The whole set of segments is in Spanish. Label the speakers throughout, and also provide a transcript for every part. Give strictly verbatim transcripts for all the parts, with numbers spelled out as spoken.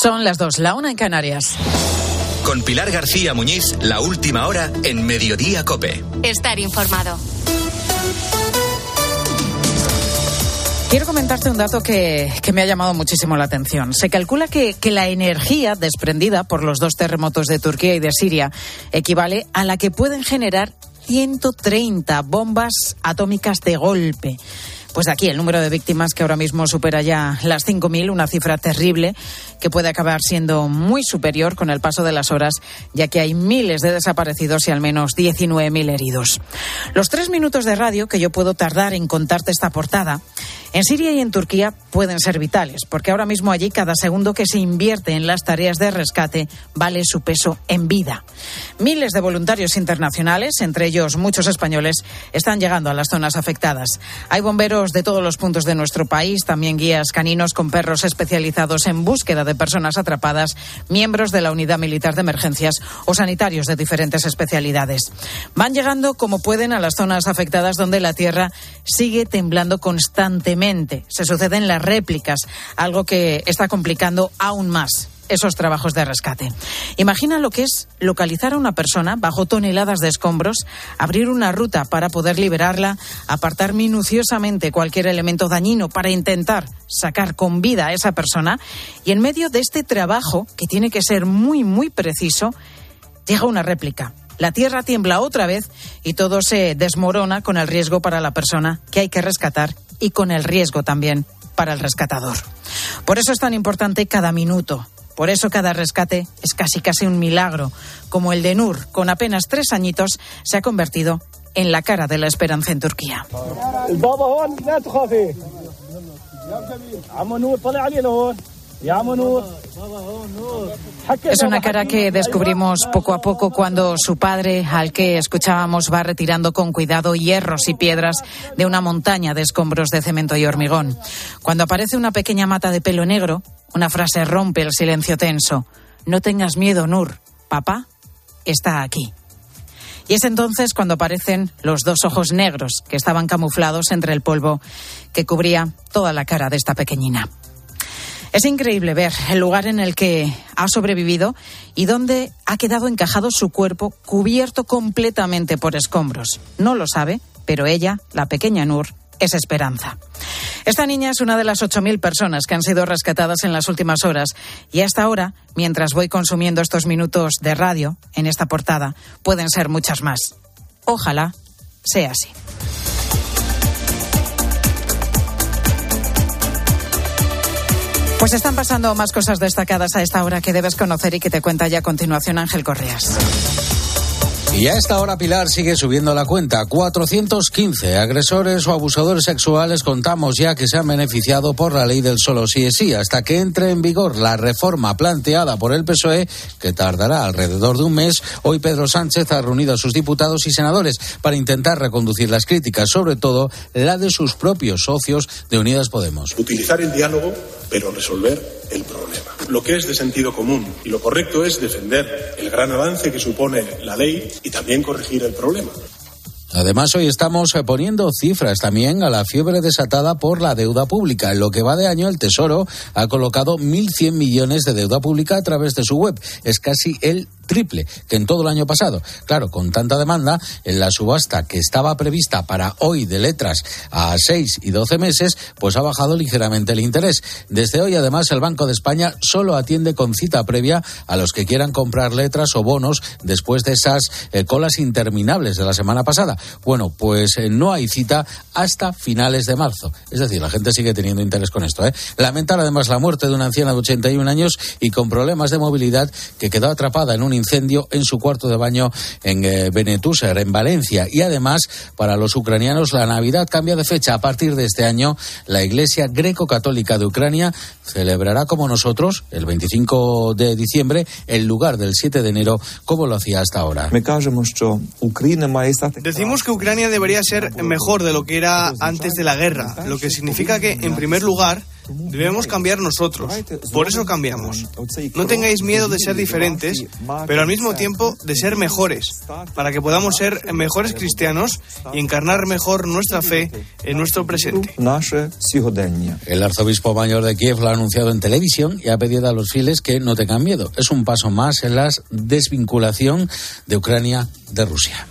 Speaker 1: Son las dos, la una en Canarias.
Speaker 2: Con Pilar García Muñiz, la última hora en Mediodía COPE.
Speaker 3: Estar informado.
Speaker 1: Quiero comentarte un dato que, que me ha llamado muchísimo la atención. Se calcula que, que la energía desprendida por los dos terremotos de Turquía y de Siria equivale a la que pueden generar ciento treinta bombas atómicas de golpe. Pues de aquí el número de víctimas que ahora mismo supera ya las cinco mil, una cifra terrible que puede acabar siendo muy superior con el paso de las horas, ya que hay miles de desaparecidos y al menos diecinueve mil heridos. Los tres minutos de radio que yo puedo tardar en contarte esta portada, en Siria y en Turquía pueden ser vitales, porque ahora mismo allí cada segundo que se invierte en las tareas de rescate vale su peso en vida. Miles de voluntarios internacionales, entre ellos muchos españoles, están llegando a las zonas afectadas. Hay bomberos de todos los puntos de nuestro país, también guías caninos con perros especializados en búsqueda de personas atrapadas, miembros de la Unidad Militar de Emergencias o sanitarios de diferentes especialidades. Van llegando como pueden a las zonas afectadas donde la tierra sigue temblando constantemente. Se suceden las réplicas, algo que está complicando aún más esos trabajos de rescate. Imagina lo que es localizar a una persona bajo toneladas de escombros, abrir una ruta para poder liberarla, apartar minuciosamente cualquier elemento dañino para intentar sacar con vida a esa persona, y en medio de este trabajo, que tiene que ser muy, muy preciso, llega una réplica. La tierra tiembla otra vez y todo se desmorona con el riesgo para la persona que hay que rescatar y con el riesgo también para el rescatador. Por eso es tan importante cada minuto. Por eso cada rescate es casi casi un milagro, como el de Nur, con apenas tres añitos, se ha convertido en la cara de la esperanza en Turquía. Es una cara que descubrimos poco a poco cuando su padre, al que escuchábamos, va retirando con cuidado hierros y piedras de una montaña de escombros de cemento y hormigón. Cuando aparece una pequeña mata de pelo negro, una frase rompe el silencio tenso. No tengas miedo, Nur. Papá está aquí. Y es entonces cuando aparecen los dos ojos negros que estaban camuflados entre el polvo que cubría toda la cara de esta pequeñina. Es increíble ver el lugar en el que ha sobrevivido y donde ha quedado encajado su cuerpo cubierto completamente por escombros. No lo sabe, pero ella, la pequeña Nur, es esperanza. Esta niña es una de las ocho mil personas que han sido rescatadas en las últimas horas y hasta ahora, mientras voy consumiendo estos minutos de radio en esta portada, pueden ser muchas más. Ojalá sea así. Pues están pasando más cosas destacadas a esta hora que debes conocer y que te cuenta ya a continuación Ángel Correas.
Speaker 4: Y a esta hora, Pilar, sigue subiendo la cuenta. cuatrocientos quince agresores o abusadores sexuales contamos ya que se han beneficiado por la ley del solo sí es sí, hasta que entre en vigor la reforma planteada por el P S O E, que tardará alrededor de un mes. Hoy Pedro Sánchez ha reunido a sus diputados y senadores para intentar reconducir las críticas, sobre todo la de sus propios socios de Unidas Podemos.
Speaker 5: Utilizar el diálogo, pero resolver el problema. Lo que es de sentido común y lo correcto es defender el gran avance que supone la ley y también corregir el problema.
Speaker 4: Además, hoy estamos poniendo cifras también a la fiebre desatada por la deuda pública. En lo que va de año, el Tesoro ha colocado mil cien millones de deuda pública a través de su web. Es casi el triple que en todo el año pasado. Claro, con tanta demanda, en la subasta que estaba prevista para hoy de letras a seis y doce meses, pues ha bajado ligeramente el interés. Desde hoy, además, el Banco de España solo atiende con cita previa a los que quieran comprar letras o bonos después de esas eh, colas interminables de la semana pasada. Bueno, pues eh, no hay cita hasta finales de marzo. Es decir, la gente sigue teniendo interés con esto, ¿eh? Lamentar además la muerte de una anciana de ochenta y un años y con problemas de movilidad que quedó atrapada en un incendio en su cuarto de baño en eh, Benetúser, en Valencia. Y además, para los ucranianos, la Navidad cambia de fecha. A partir de este año, la Iglesia Greco-Católica de Ucrania celebrará como nosotros, el veinticinco de diciembre, en lugar del siete de enero, como lo hacía hasta ahora.
Speaker 6: Decimos que Ucrania debería ser mejor de lo que era antes de la guerra, lo que significa que, en primer lugar,
Speaker 3: Debemos cambiar nosotros, por eso cambiamos. No tengáis miedo de ser diferentes, pero al mismo tiempo de ser mejores, para que podamos ser mejores cristianos y encarnar mejor nuestra fe en nuestro presente.
Speaker 4: El arzobispo mayor de Kiev lo ha anunciado en televisión y ha pedido a los fieles que no tengan miedo. Es un paso más en la desvinculación de Ucrania de Rusia.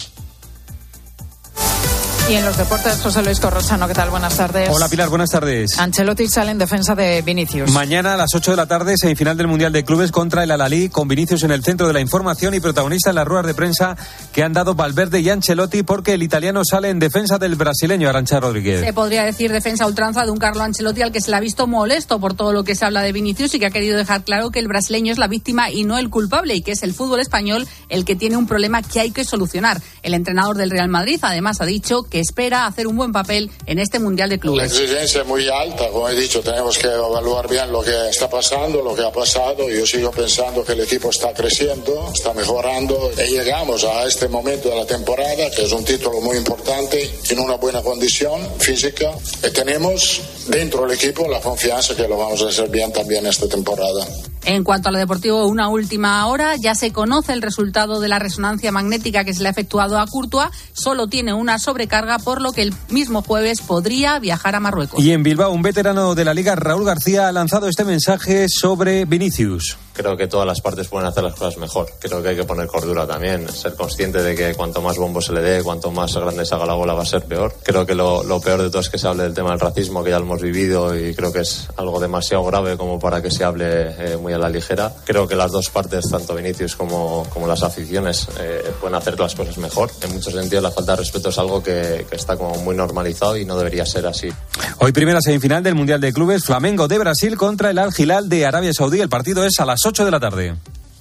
Speaker 1: Y en los deportes, José Luis Corrosano, ¿qué tal? Buenas tardes.
Speaker 6: Hola Pilar, buenas tardes.
Speaker 1: Ancelotti sale en defensa de Vinicius.
Speaker 6: Mañana a las ocho de la tarde, semifinal del Mundial de Clubes contra el Al-Ahly, con Vinicius en el centro de la información y protagonista en las ruedas de prensa que han dado Valverde y Ancelotti, porque el italiano sale en defensa del brasileño Arantxa Rodríguez.
Speaker 7: Se podría decir defensa a ultranza de un Carlo Ancelotti al que se le ha visto molesto por todo lo que se habla de Vinicius y que ha querido dejar claro que el brasileño es la víctima y no el culpable, y que es el fútbol español el que tiene un problema que hay que solucionar. El entrenador del Real Madrid además ha dicho que espera hacer un buen papel en este Mundial de Clubes.
Speaker 8: La exigencia es muy alta, como he dicho, tenemos que evaluar bien lo que está pasando, lo que ha pasado. Yo sigo pensando que el equipo está creciendo, está mejorando y llegamos a este momento de la temporada, que es un título muy importante, en una buena condición física, y tenemos dentro del equipo la confianza que lo vamos a hacer bien también esta temporada.
Speaker 7: En cuanto a lo deportivo, una última hora, ya se conoce el resultado de la resonancia magnética que se le ha efectuado a Courtois. Solo tiene una sobrecarga, por lo que el mismo jueves podría viajar a Marruecos.
Speaker 6: Y en Bilbao, un veterano de la Liga, Raúl García, ha lanzado este mensaje sobre Vinicius.
Speaker 9: Creo que todas las partes pueden hacer las cosas mejor. Creo que hay que poner cordura también, ser consciente de que cuanto más bombo se le dé, cuanto más grande se haga la bola, va a ser peor. Creo que lo, lo peor de todo es que se hable del tema del racismo, que ya lo hemos vivido, y creo que es algo demasiado grave como para que se hable eh, muy a la ligera. Creo que las dos partes, tanto Vinicius como, como las aficiones, eh, pueden hacer las cosas mejor. En muchos sentidos la falta de respeto es algo que, que está como muy normalizado y no debería ser así.
Speaker 6: Hoy primera semifinal del Mundial de Clubes, Flamengo de Brasil contra el Al-Hilal de Arabia Saudí. El partido es a las ocho de la tarde.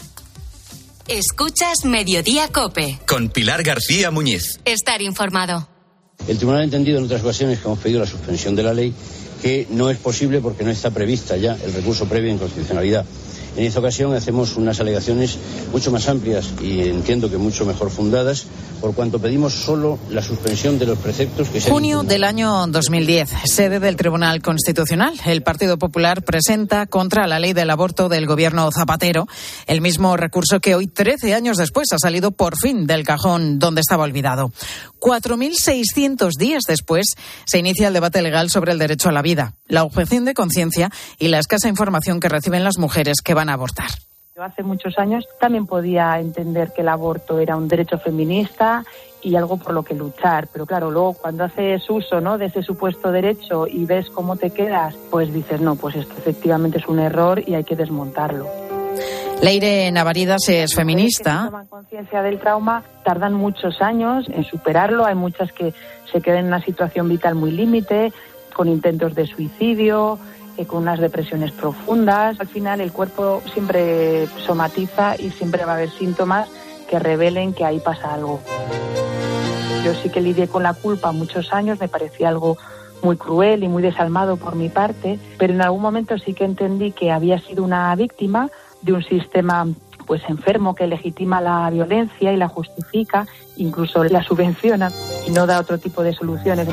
Speaker 10: Escuchas Mediodía COPE.
Speaker 2: Con Pilar García Muñiz.
Speaker 10: Estar informado.
Speaker 11: El tribunal ha entendido en otras ocasiones que hemos pedido la suspensión de la ley, que no es posible porque no está prevista ya el recurso previo de inconstitucionalidad. En esta ocasión hacemos unas alegaciones mucho más amplias y entiendo que mucho mejor fundadas, por cuanto pedimos solo la suspensión de los preceptos que se...
Speaker 1: Junio del año dos mil diez, sede del Tribunal Constitucional. El Partido Popular presenta contra la ley del aborto del gobierno Zapatero el mismo recurso que hoy, trece años después, ha salido por fin del cajón donde estaba olvidado. cuatro mil seiscientos días después se inicia el debate legal sobre el derecho a la vida, la objeción de conciencia y la escasa información que reciben las mujeres que van a abortar.
Speaker 12: Yo hace muchos años también podía entender que el aborto era un derecho feminista y algo por lo que luchar, pero claro, luego cuando haces uso, ¿no?, de ese supuesto derecho y ves cómo te quedas, pues dices, no, pues esto efectivamente es un error y hay que desmontarlo.
Speaker 1: Leire Navaridas es feminista.
Speaker 12: Que toman conciencia del trauma, tardan muchos años en superarlo, hay muchas que se quedan en una situación vital muy límite, con intentos de suicidio, con unas depresiones profundas. Al final el cuerpo siempre somatiza y siempre va a haber síntomas que revelen que ahí pasa algo. Yo sí que lidié con la culpa muchos años, me parecía algo muy cruel y muy desalmado por mi parte, pero en algún momento sí que entendí que había sido una víctima de un sistema pues enfermo que legitima la violencia y la justifica, incluso la subvenciona y no da otro tipo de soluciones.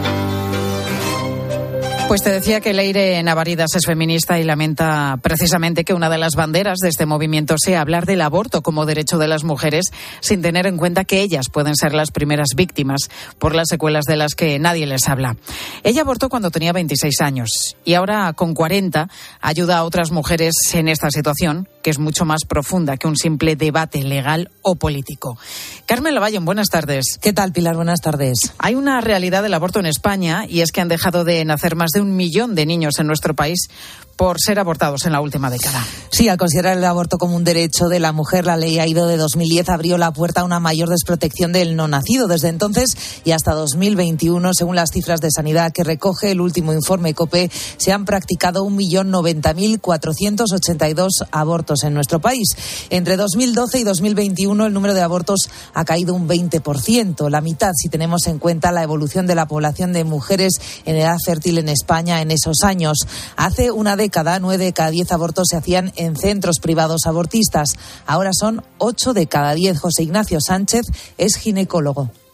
Speaker 1: Pues te decía que Leire Navaridas es feminista y lamenta precisamente que una de las banderas de este movimiento sea hablar del aborto como derecho de las mujeres, sin tener en cuenta que ellas pueden ser las primeras víctimas por las secuelas de las que nadie les habla. Ella abortó cuando tenía veintiséis años y ahora, con cuarenta, ayuda a otras mujeres en esta situación, que es mucho más profunda que un simple debate legal o político. Carmen Lavalle, buenas tardes.
Speaker 13: ¿Qué tal, Pilar? Buenas tardes.
Speaker 1: Hay una realidad del aborto en España y es que han dejado de nacer más de un millón de niños en nuestro país por ser abortados en la última década.
Speaker 13: Sí, al considerar el aborto como un derecho de la mujer, la ley AIDO de dos mil diez abrió la puerta a una mayor desprotección del no nacido. Desde entonces y hasta dos mil veintiuno, según las cifras de Sanidad que recoge el último informe COPE, se han practicado un millón noventa mil cuatrocientos ochenta y dos abortos en nuestro país. Entre dos mil doce y dos mil veintiuno, el número de abortos ha caído un veinte por ciento, la mitad si tenemos en cuenta la evolución de la población de mujeres en edad fértil en España en esos años. Hace una década, nueve de cada diez abortos se hacían en centros privados abortistas. Ahora son ocho de cada diez. José Ignacio Sánchez es ginecólogo.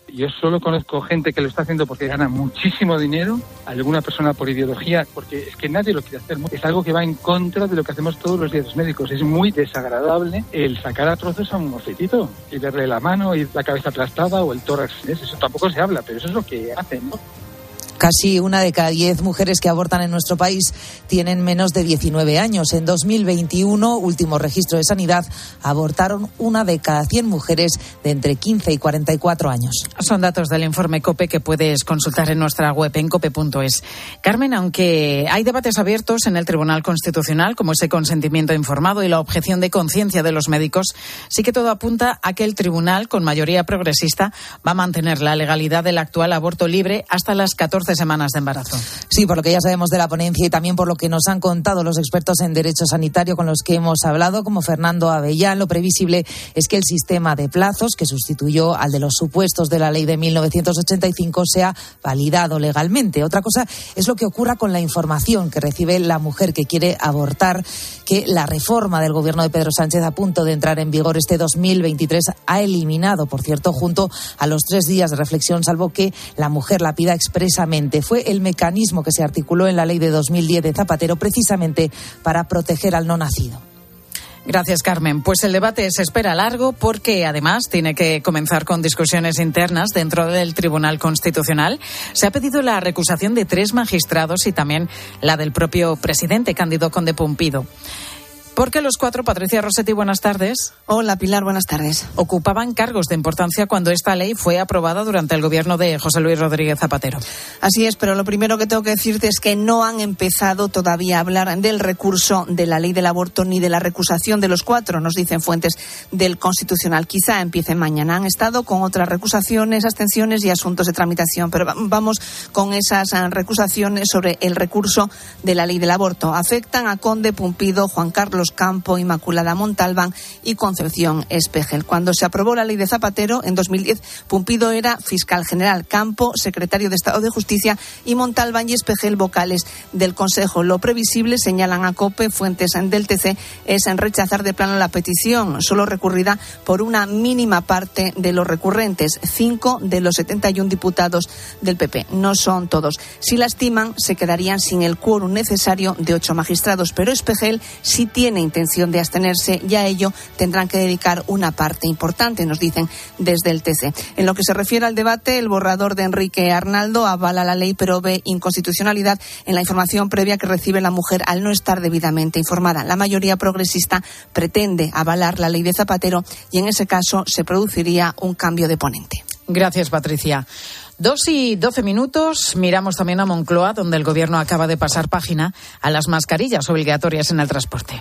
Speaker 14: Yo solo conozco gente que lo está haciendo porque gana muchísimo dinero, alguna persona por ideología, porque es que nadie lo quiere hacer. Es algo que va en contra de lo que hacemos todos los días los médicos. Es muy desagradable el sacar a trozos a un mosquitito y verle la mano y la cabeza aplastada o el tórax. Eso tampoco se habla, pero eso es lo que hacen, ¿no?
Speaker 13: Casi una de cada diez mujeres que abortan en nuestro país tienen menos de diecinueve años. En dos mil veintiuno, último registro de Sanidad, abortaron una de cada cien mujeres de entre quince y cuarenta y cuatro años.
Speaker 1: Son datos del informe COPE que puedes consultar en nuestra web en cope punto es. Carmen, aunque hay debates abiertos en el Tribunal Constitucional, como ese consentimiento informado y la objeción de conciencia de los médicos, sí que todo apunta a que el tribunal, con mayoría progresista, va a mantener la legalidad del actual aborto libre hasta las catorce semanas de embarazo.
Speaker 13: Sí, por lo que ya sabemos de la ponencia y también por lo que nos han contado los expertos en derecho sanitario con los que hemos hablado, como Fernando Avellán, lo previsible es que el sistema de plazos, que sustituyó al de los supuestos de la ley de mil novecientos ochenta y cinco, sea validado legalmente. Otra cosa es lo que ocurra con la información que recibe la mujer que quiere abortar, que la reforma del gobierno de Pedro Sánchez, a punto de entrar en vigor este dos mil veintitrés, ha eliminado, por cierto, junto a los tres días de reflexión, salvo que la mujer la pida expresamente. Fue el mecanismo que se articuló en la ley de dos mil diez de Zapatero precisamente para proteger al no nacido.
Speaker 1: Gracias, Carmen. Pues el debate se espera largo porque, además, tiene que comenzar con discusiones internas dentro del Tribunal Constitucional. Se ha pedido la recusación de tres magistrados y también la del propio presidente, Cándido Conde Pumpido. Porque los cuatro, Patricia Rossetti, buenas tardes.
Speaker 15: Hola, Pilar, buenas tardes.
Speaker 1: Ocupaban cargos de importancia cuando esta ley fue aprobada durante el gobierno de José Luis Rodríguez Zapatero.
Speaker 15: Así es, pero lo primero que tengo que decirte es que no han empezado todavía a hablar del recurso de la ley del aborto ni de la recusación de los cuatro, nos dicen fuentes del Constitucional. Quizá empiecen mañana. Han estado con otras recusaciones, abstenciones y asuntos de tramitación, pero vamos con esas recusaciones sobre el recurso de la ley del aborto. Afectan a Conde Pumpido, Juan Carlos Campo, Inmaculada Montalbán y Concepción Espejel. Cuando se aprobó la ley de Zapatero en dos mil diez, Pumpido era fiscal general, Campo secretario de Estado de Justicia y Montalbán y Espejel vocales del Consejo. Lo previsible, señalan a COPE fuentes del T C, es en rechazar de plano la petición, solo recurrida por una mínima parte de los recurrentes, cinco de los setenta y uno diputados del P P. No son todos. Si la estiman, se quedarían sin el quórum necesario de ocho magistrados, pero Espejel sí tiene intención de abstenerse y a ello tendrán que dedicar una parte importante, nos dicen desde el T C. En lo que se refiere al debate, el borrador de Enrique Arnaldo avala la ley pero ve inconstitucionalidad en la información previa que recibe la mujer al no estar debidamente informada. La mayoría progresista pretende avalar la ley de Zapatero y en ese caso se produciría un cambio de ponente.
Speaker 1: Gracias, Patricia. Dos y doce minutos. Miramos también a Moncloa, donde el Gobierno acaba de pasar página a las mascarillas obligatorias en el transporte.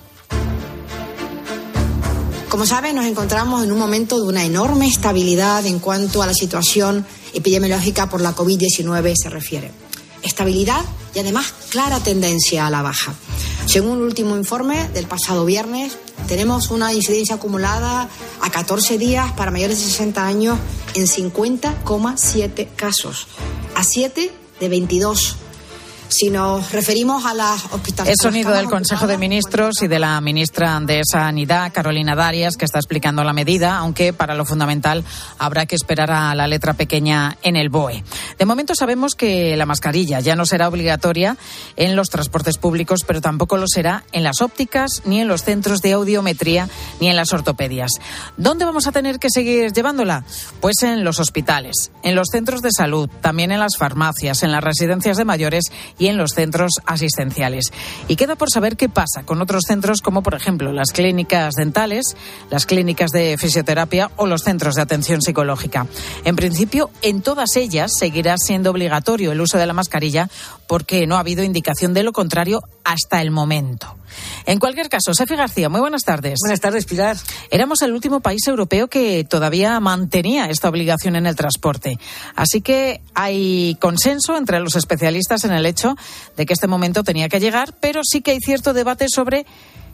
Speaker 16: Como saben, nos encontramos en un momento de una enorme estabilidad en cuanto a la situación epidemiológica por la covid diecinueve se refiere. Estabilidad y además clara tendencia a la baja. Según el último informe del pasado viernes, tenemos una incidencia acumulada a catorce días para mayores de sesenta años en cincuenta coma siete casos, a siete de veintidós. Si nos referimos a las hospitalizaciones...
Speaker 1: Es sonido del Consejo de Ministros y de la ministra de Sanidad, Carolina Darias, que está explicando la medida, aunque para lo fundamental habrá que esperar a la letra pequeña en el B O E. De momento sabemos que la mascarilla ya no será obligatoria en los transportes públicos, pero tampoco lo será en las ópticas, ni en los centros de audiometría, ni en las ortopedias. ¿Dónde vamos a tener que seguir llevándola? Pues en los hospitales, en los centros de salud, también en las farmacias, en las residencias de mayores y en los centros asistenciales. Y queda por saber qué pasa con otros centros como, por ejemplo, las clínicas dentales, las clínicas de fisioterapia o los centros de atención psicológica. En principio, en todas ellas seguirá siendo obligatorio el uso de la mascarilla porque no ha habido indicación de lo contrario hasta el momento. En cualquier caso, Sefi García, muy buenas tardes.
Speaker 17: Buenas tardes, Pilar.
Speaker 1: Éramos el último país europeo que todavía mantenía esta obligación en el transporte. Así que hay consenso entre los especialistas en el hecho de que este momento tenía que llegar, pero sí que hay cierto debate sobre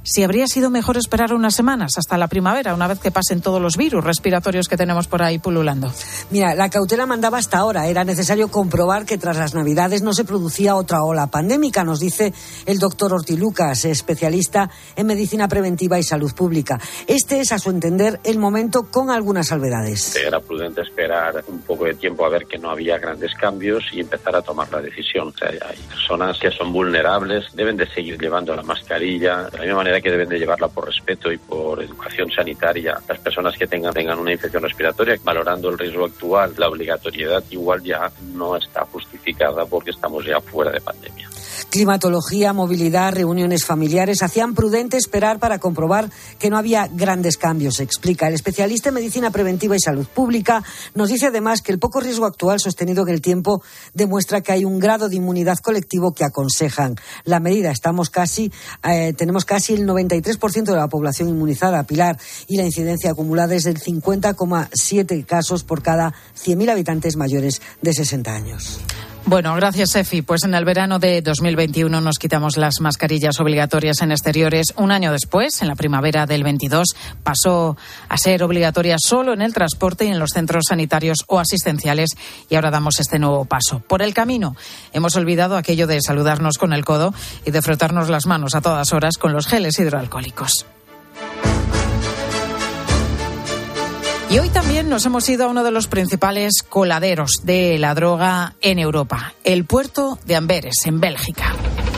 Speaker 1: si habría sido mejor esperar unas semanas hasta la primavera, una vez que pasen todos los virus respiratorios que tenemos por ahí pululando.
Speaker 17: Mira, la cautela mandaba hasta ahora. Era necesario comprobar que tras las Navidades no se producía otra ola pandémica, nos dice el doctor Ortiz Lucas, especialista en medicina preventiva y salud pública. Este es, a su entender, el momento con algunas salvedades.
Speaker 18: Era prudente esperar un poco de tiempo a ver que no había grandes cambios y empezar a tomar la decisión. O sea, hay personas que son vulnerables, deben de seguir llevando la mascarilla, de la misma manera que deben de llevarla por respeto y por educación sanitaria. Las personas que tengan, tengan una infección respiratoria, valorando el riesgo actual, la obligatoriedad igual ya no está justificada porque estamos ya fuera de pandemia.
Speaker 17: Climatología, movilidad, reuniones familiares hacían prudente esperar para comprobar que no había grandes cambios, explica. El especialista en medicina preventiva y salud pública nos dice además que el poco riesgo actual sostenido en el tiempo demuestra que hay un grado de inmunidad colectivo que aconsejan la medida. Estamos casi, eh, tenemos casi el noventa y tres por ciento de la población inmunizada, Pilar, y la incidencia acumulada es del cincuenta coma siete casos por cada cien mil habitantes mayores de sesenta años.
Speaker 1: Bueno, gracias, Efi. Pues en el verano de dos mil veintiuno nos quitamos las mascarillas obligatorias en exteriores. Un año después, en la primavera del veintidós, pasó a ser obligatoria solo en el transporte y en los centros sanitarios o asistenciales, y ahora damos este nuevo paso. Por el camino, hemos olvidado aquello de saludarnos con el codo y de frotarnos las manos a todas horas con los geles hidroalcohólicos. Y hoy también nos hemos ido a uno de los principales coladeros de la droga en Europa, el puerto de Amberes, en Bélgica.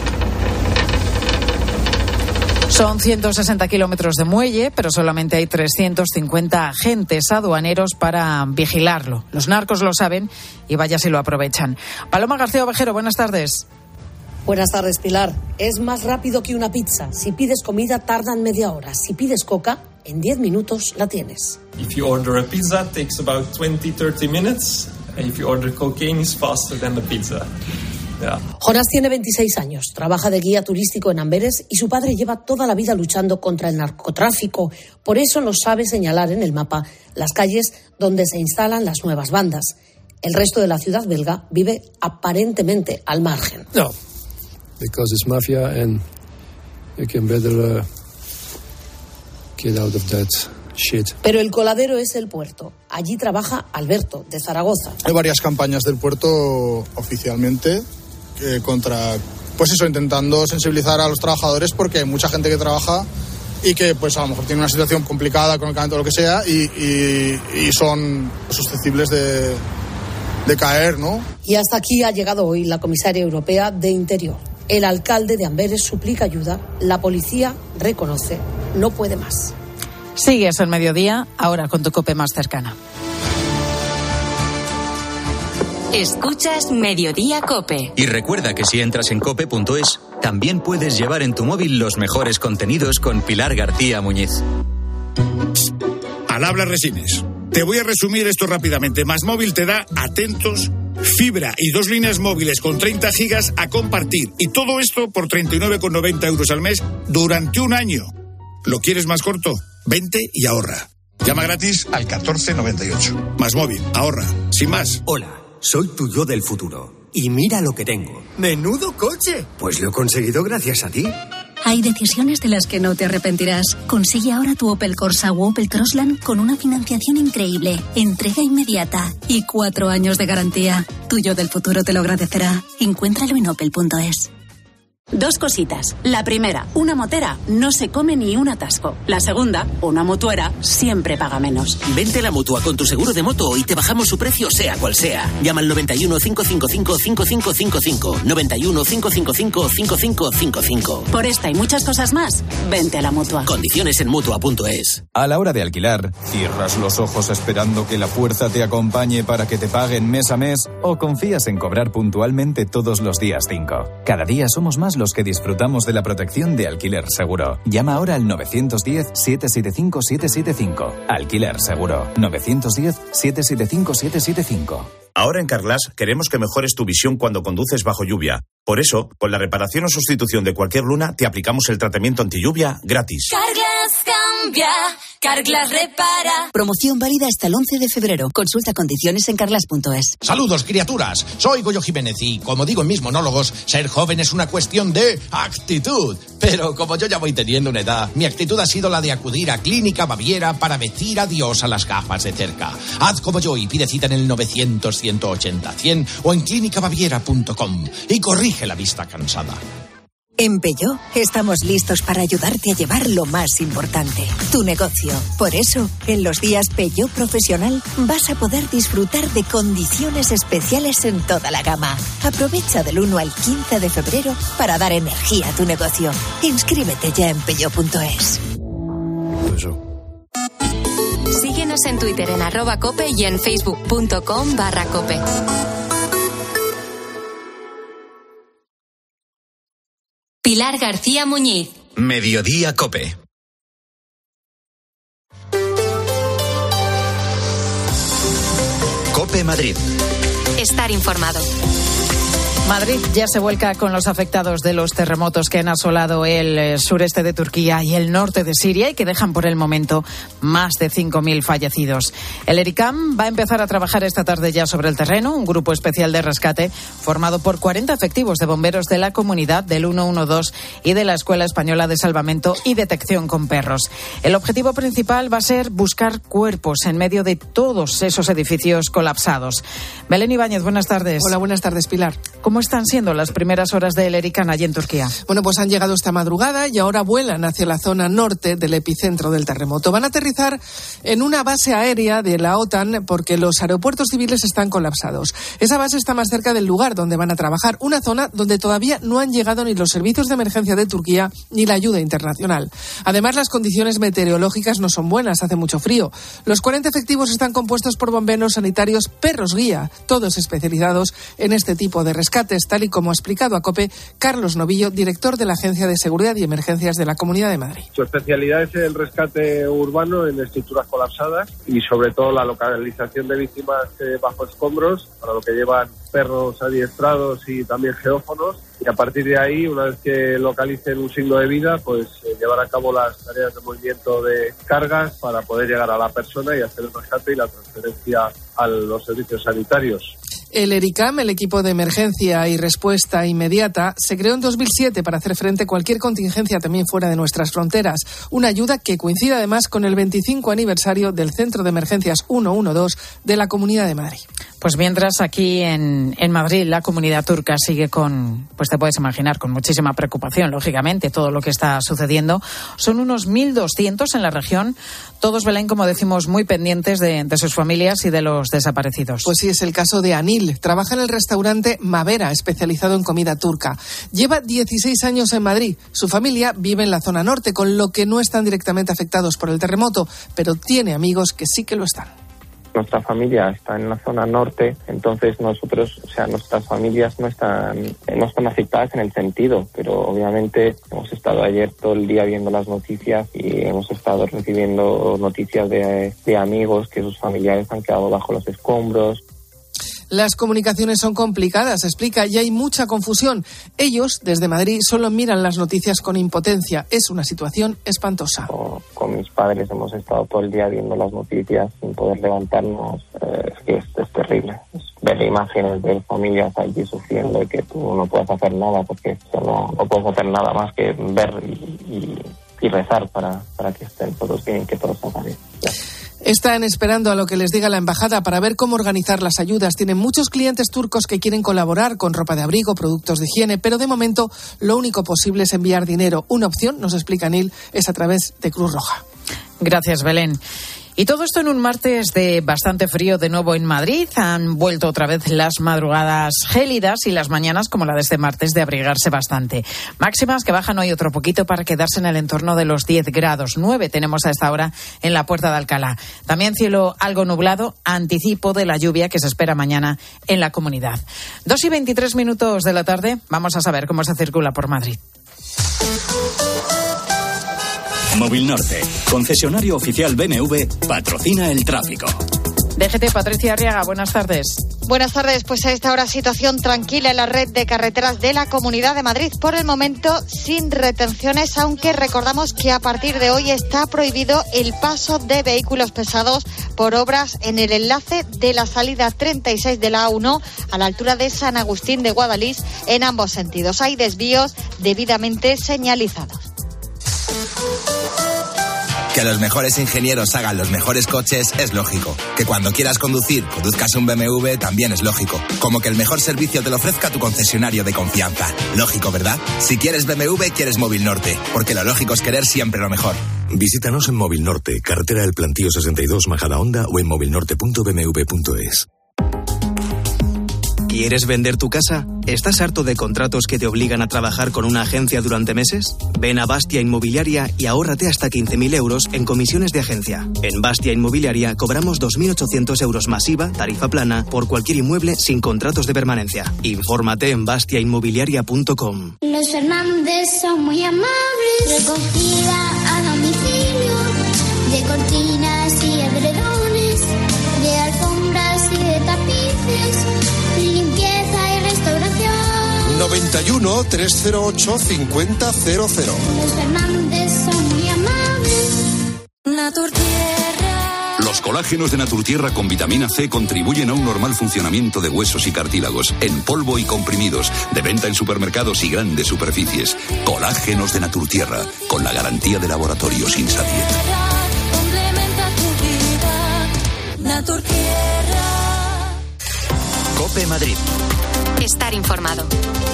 Speaker 1: Son ciento sesenta kilómetros de muelle, pero solamente hay trescientos cincuenta agentes aduaneros para vigilarlo. Los narcos lo saben y vaya si lo aprovechan. Paloma García Ovejero, buenas tardes.
Speaker 19: Buenas tardes, Pilar. Es más rápido que una pizza. Si pides comida, tardan media hora. Si pides coca, en diez minutos la tienes.
Speaker 20: If you order a pizza, it takes about twenty to thirty minutes. And if you order cocaine, it's faster than the pizza. Yeah.
Speaker 19: Jonás tiene veintiséis años, trabaja de guía turístico en Amberes y su padre lleva toda la vida luchando contra el narcotráfico. Por eso no sabe señalar en el mapa las calles donde se instalan las nuevas bandas. El resto de la ciudad belga vive aparentemente al margen.
Speaker 21: No. Because it's mafia and you can better uh, get out of that shit.
Speaker 19: Pero el coladero es el puerto. Allí trabaja Alberto, de Zaragoza.
Speaker 22: Hay varias campañas del puerto oficialmente eh, contra, pues eso, intentando sensibilizar a los trabajadores porque hay mucha gente que trabaja y que pues a lo mejor tiene una situación complicada económicamente o lo que sea y, y, y son susceptibles de, de caer, ¿no?
Speaker 19: Y hasta aquí ha llegado hoy la comisaria europea de Interior. El alcalde de Amberes suplica ayuda. La policía reconoce, no puede más.
Speaker 1: Sigues el mediodía, ahora con tu COPE más cercana.
Speaker 10: Escuchas Mediodía COPE.
Speaker 2: Y recuerda que si entras en cope punto es, también puedes llevar en tu móvil los mejores contenidos con Pilar García Muñiz.
Speaker 23: Al habla Resines. Te voy a resumir esto rápidamente. Más Móvil te da atentos, fibra y dos líneas móviles con treinta gigas a compartir. Y todo esto por treinta y nueve con noventa euros al mes durante un año. ¿Lo quieres más corto? Vente y ahorra. Llama gratis al catorce noventa y ocho. Más Móvil, ahorra. Sin más.
Speaker 24: Hola, soy tu yo del futuro. Y mira lo que tengo. ¡Menudo coche! Pues lo he conseguido gracias a ti.
Speaker 25: Hay decisiones de las que no te arrepentirás. Consigue ahora tu Opel Corsa o Opel Crossland con una financiación increíble, entrega inmediata y cuatro años de garantía. Tu yo del futuro te lo agradecerá. Encuéntralo en opel punto es.
Speaker 26: Dos cositas. La primera, una motera no se come ni un atasco. La segunda, una mutuera siempre paga menos.
Speaker 27: Vente a la Mutua con tu seguro de moto y te bajamos su precio sea cual sea. Llama al noventa y uno, cinco cinco cinco, cinco cinco cinco cinco. noventa y uno, cinco cinco cinco, cinco cinco cinco cinco.
Speaker 26: Por esta y muchas cosas más, vente a la Mutua.
Speaker 27: Condiciones en mutua punto es.
Speaker 28: A la hora de alquilar, ¿cierras los ojos esperando que la fuerza te acompañe para que te paguen mes a mes? ¿O confías en cobrar puntualmente todos los días cinco? Cada día somos más los que disfrutamos de la protección de Alquiler Seguro. Llama ahora al nueve uno cero, siete siete cinco, siete siete cinco. Alquiler Seguro. nueve uno cero, siete siete cinco, siete siete cinco.
Speaker 29: Ahora en Carglass queremos que mejores tu visión cuando conduces bajo lluvia.
Speaker 3: Por eso, con la reparación o sustitución de cualquier luna, te aplicamos el tratamiento antilluvia gratis.
Speaker 10: Carglass cambia, Carglass repara.
Speaker 4: Promoción válida hasta el once de febrero. Consulta condiciones en carglass punto es.
Speaker 5: Saludos, criaturas. Soy Goyo Jiménez y, como digo en mis monólogos, ser joven es una cuestión de actitud. Pero como yo ya voy teniendo una edad, mi actitud ha sido la de acudir a Clínica Baviera para decir adiós a las gafas de cerca. Haz como yo y pide cita en el novecientos, ciento ochenta, cien o en clínica baviera punto com y corrige la vista cansada.
Speaker 6: En Peugeot estamos listos para ayudarte a llevar lo más importante, tu negocio. Por eso, en los días Peugeot Profesional vas a poder disfrutar de condiciones especiales en toda la gama. Aprovecha del uno al quince de febrero para dar energía a tu negocio. Inscríbete ya en peugeot punto es.
Speaker 10: Síguenos en Twitter en arroba cope y en facebook punto com barra cope. Pilar García Muñiz.
Speaker 2: Mediodía Cope. Cope Madrid.
Speaker 10: Estar informado.
Speaker 1: Madrid ya se vuelca con los afectados de los terremotos que han asolado el sureste de Turquía y el norte de Siria y que dejan por el momento más de cinco mil fallecidos. El ERICAM va a empezar a trabajar esta tarde ya sobre el terreno, un grupo especial de rescate formado por cuarenta efectivos de bomberos de la comunidad, del ciento doce y de la Escuela Española de Salvamento y Detección con Perros. El objetivo principal va a ser buscar cuerpos en medio de todos esos edificios colapsados. Belén Ibáñez, buenas tardes.
Speaker 7: Hola, buenas tardes, Pilar.
Speaker 1: ¿Cómo están siendo las primeras horas del ERICAM allí en Turquía?
Speaker 7: Bueno, pues han llegado esta madrugada y ahora vuelan hacia la zona norte del epicentro del terremoto. Van a aterrizar en una base aérea de la OTAN porque los aeropuertos civiles están colapsados. Esa base está más cerca del lugar donde van a trabajar, una zona donde todavía no han llegado ni los servicios de emergencia de Turquía ni la ayuda internacional. Además, las condiciones meteorológicas no son buenas, hace mucho frío. Los cuarenta efectivos están compuestos por bomberos, sanitarios, perros guía, todos especializados en este tipo de rescate, tal y como ha explicado a COPE Carlos Novillo, director de la Agencia de Seguridad y Emergencias de la Comunidad de Madrid.
Speaker 8: Su especialidad es el rescate urbano en estructuras colapsadas y sobre todo la localización de víctimas eh, bajo escombros, para lo que llevan perros adiestrados y también geófonos, y a partir de ahí, una vez que localicen un signo de vida, pues eh, llevar a cabo las tareas de movimiento de cargas para poder llegar a la persona y hacer el rescate y la transferencia a los servicios sanitarios.
Speaker 7: El ERICAM, el equipo de emergencia y respuesta inmediata, se creó en dos mil siete para hacer frente a cualquier contingencia también fuera de nuestras fronteras. Una ayuda que coincide además con el veinticinco aniversario del Centro de Emergencias ciento doce de la Comunidad de Madrid.
Speaker 1: Pues mientras aquí en, en Madrid la comunidad turca sigue con, pues te puedes imaginar, con muchísima preocupación, lógicamente, todo lo que está sucediendo. Son unos mil doscientos en la región, todos, Belén, como decimos, muy pendientes de, de sus familias y de los desaparecidos.
Speaker 7: Pues sí, es el caso de Anil. Trabaja en el restaurante Mavera, especializado en comida turca. Lleva dieciséis años en Madrid. Su familia vive en la zona norte, con lo que no están directamente afectados por el terremoto, pero tiene amigos que sí que lo están.
Speaker 9: Nuestra familia está en la zona norte, entonces nosotros, o sea, nuestras familias no están, no están afectadas en el sentido, pero obviamente hemos estado ayer todo el día viendo las noticias y hemos estado recibiendo noticias de, de amigos que sus familiares han quedado bajo los escombros.
Speaker 7: Las comunicaciones son complicadas, explica, y hay mucha confusión. Ellos, desde Madrid, solo miran las noticias con impotencia. Es una situación espantosa.
Speaker 9: Con mis padres hemos estado todo el día viendo las noticias sin poder levantarnos. Eh, es que es, es terrible. Es ver imágenes de familias allí sufriendo y que tú no puedes hacer nada porque no, no puedes hacer nada más que ver y, y, y rezar para, para que estén todos bien, que todos salgan bien.
Speaker 7: Están esperando a lo que les diga la embajada para ver cómo organizar las ayudas. Tienen muchos clientes turcos que quieren colaborar con ropa de abrigo, productos de higiene, pero de momento lo único posible es enviar dinero. Una opción, nos explica Neil, es a través de Cruz Roja.
Speaker 1: Gracias, Belén. Y todo esto en un martes de bastante frío de nuevo en Madrid. Han vuelto otra vez las madrugadas gélidas y las mañanas, como la de este martes, de abrigarse bastante. Máximas que bajan hoy otro poquito para quedarse en el entorno de los diez grados. nueve tenemos a esta hora en la Puerta de Alcalá. También cielo algo nublado, anticipo de la lluvia que se espera mañana en la comunidad. Dos y veintitrés minutos de la tarde. Vamos a saber cómo se circula por Madrid.
Speaker 11: Móvil Norte, concesionario oficial B M W, patrocina el tráfico.
Speaker 1: D G T, Patricia Arriaga, buenas tardes.
Speaker 12: Buenas tardes. Pues a esta hora situación tranquila en la red de carreteras de la Comunidad de Madrid. Por el momento sin retenciones, aunque recordamos que a partir de hoy está prohibido el paso de vehículos pesados por obras en el enlace de la salida treinta y seis de la A uno a la altura de San Agustín de Guadalís en ambos sentidos. Hay desvíos debidamente señalizados.
Speaker 13: Que los mejores ingenieros hagan los mejores coches es lógico. Que cuando quieras conducir, conduzcas un B M W también es lógico. Como que el mejor servicio te lo ofrezca tu concesionario de confianza. Lógico, ¿verdad? Si quieres B M W, quieres Móvil Norte. Porque lo lógico es querer siempre lo mejor.
Speaker 14: Visítanos en Móvil Norte, carretera del Plantío sesenta y dos, Majadahonda, o en movilnorte punto b m w punto es.
Speaker 15: ¿Quieres vender tu casa? ¿Estás harto de contratos que te obligan a trabajar con una agencia durante meses? Ven a Bastia Inmobiliaria y ahórrate hasta quince mil euros en comisiones de agencia. En Bastia Inmobiliaria cobramos dos mil ochocientos euros masiva, tarifa plana, por cualquier inmueble sin contratos de permanencia. Infórmate en bastia inmobiliaria punto com.
Speaker 16: Los Fernández son muy amables. Recogida a domicilio de cortinas y edredones, de alfombras y de tapices. Limpieza y restauración.
Speaker 17: noventa y uno, trescientos ocho, cincuenta cero cero.
Speaker 16: Los Fernández son muy amables. Naturtierra.
Speaker 18: Los colágenos de Naturtierra con vitamina C contribuyen a un normal funcionamiento de huesos y cartílagos, en polvo y comprimidos, de venta en supermercados y grandes superficies. Colágenos de Naturtierra, con la garantía de Laboratorios Insadiet.
Speaker 16: Complementa tu vida. Naturtierra.
Speaker 2: COPE Madrid.
Speaker 10: Estar informado.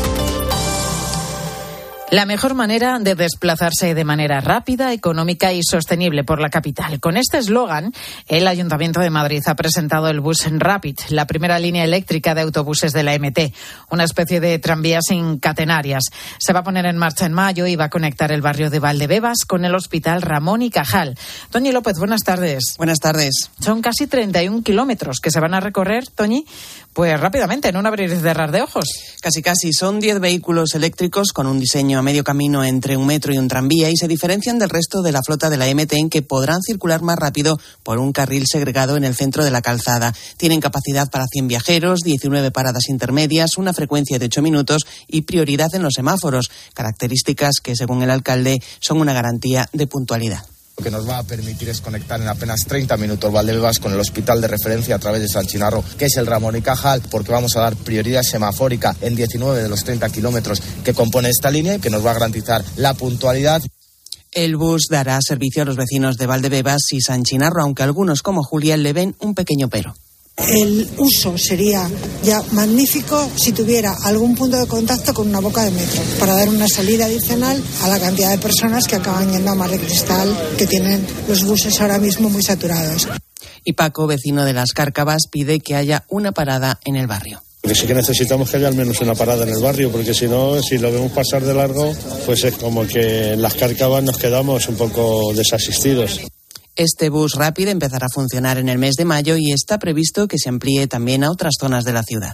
Speaker 1: La mejor manera de desplazarse de manera rápida, económica y sostenible por la capital. Con este eslogan, el Ayuntamiento de Madrid ha presentado el Bus Rapid, la primera línea eléctrica de autobuses de la M T, una especie de tranvía sin catenarias. Se va a poner en marcha en mayo y va a conectar el barrio de Valdebebas con el Hospital Ramón y Cajal. Toñi López, buenas tardes.
Speaker 20: Buenas tardes.
Speaker 1: Son casi treinta y un kilómetros que se van a recorrer, Toñi, pues rápidamente, en un abrir y cerrar de ojos.
Speaker 20: Casi casi, son diez vehículos eléctricos con un diseño a medio camino entre un metro y un tranvía y se diferencian del resto de la flota de la M T en que podrán circular más rápido por un carril segregado en el centro de la calzada. Tienen capacidad para cien viajeros, diecinueve paradas intermedias, una frecuencia de ocho minutos y prioridad en los semáforos, características que, según el alcalde, son una garantía de puntualidad.
Speaker 29: Lo que nos va a permitir es conectar en apenas treinta minutos Valdebebas con el hospital de referencia a través de San Chinarro, que es el Ramón y Cajal, porque vamos a dar prioridad semafórica en diecinueve de los treinta kilómetros que compone esta línea y que nos va a garantizar la puntualidad.
Speaker 20: El bus dará servicio a los vecinos de Valdebebas y San Chinarro, aunque algunos como Julián le ven un pequeño pero.
Speaker 30: El uso sería ya magnífico si tuviera algún punto de contacto con una boca de metro, para dar una salida adicional a la cantidad de personas que acaban yendo a Mar de Cristal, que tienen los buses ahora mismo muy saturados.
Speaker 20: Y Paco, vecino de Las Cárcavas, pide que haya una parada en el barrio.
Speaker 31: Porque sí que necesitamos que haya al menos una parada en el barrio, porque si no, si lo vemos pasar de largo, pues es como que en Las Cárcavas nos quedamos un poco desasistidos.
Speaker 20: Este bus rápido empezará a funcionar en el mes de mayo y está previsto que se amplíe también a otras zonas de la ciudad.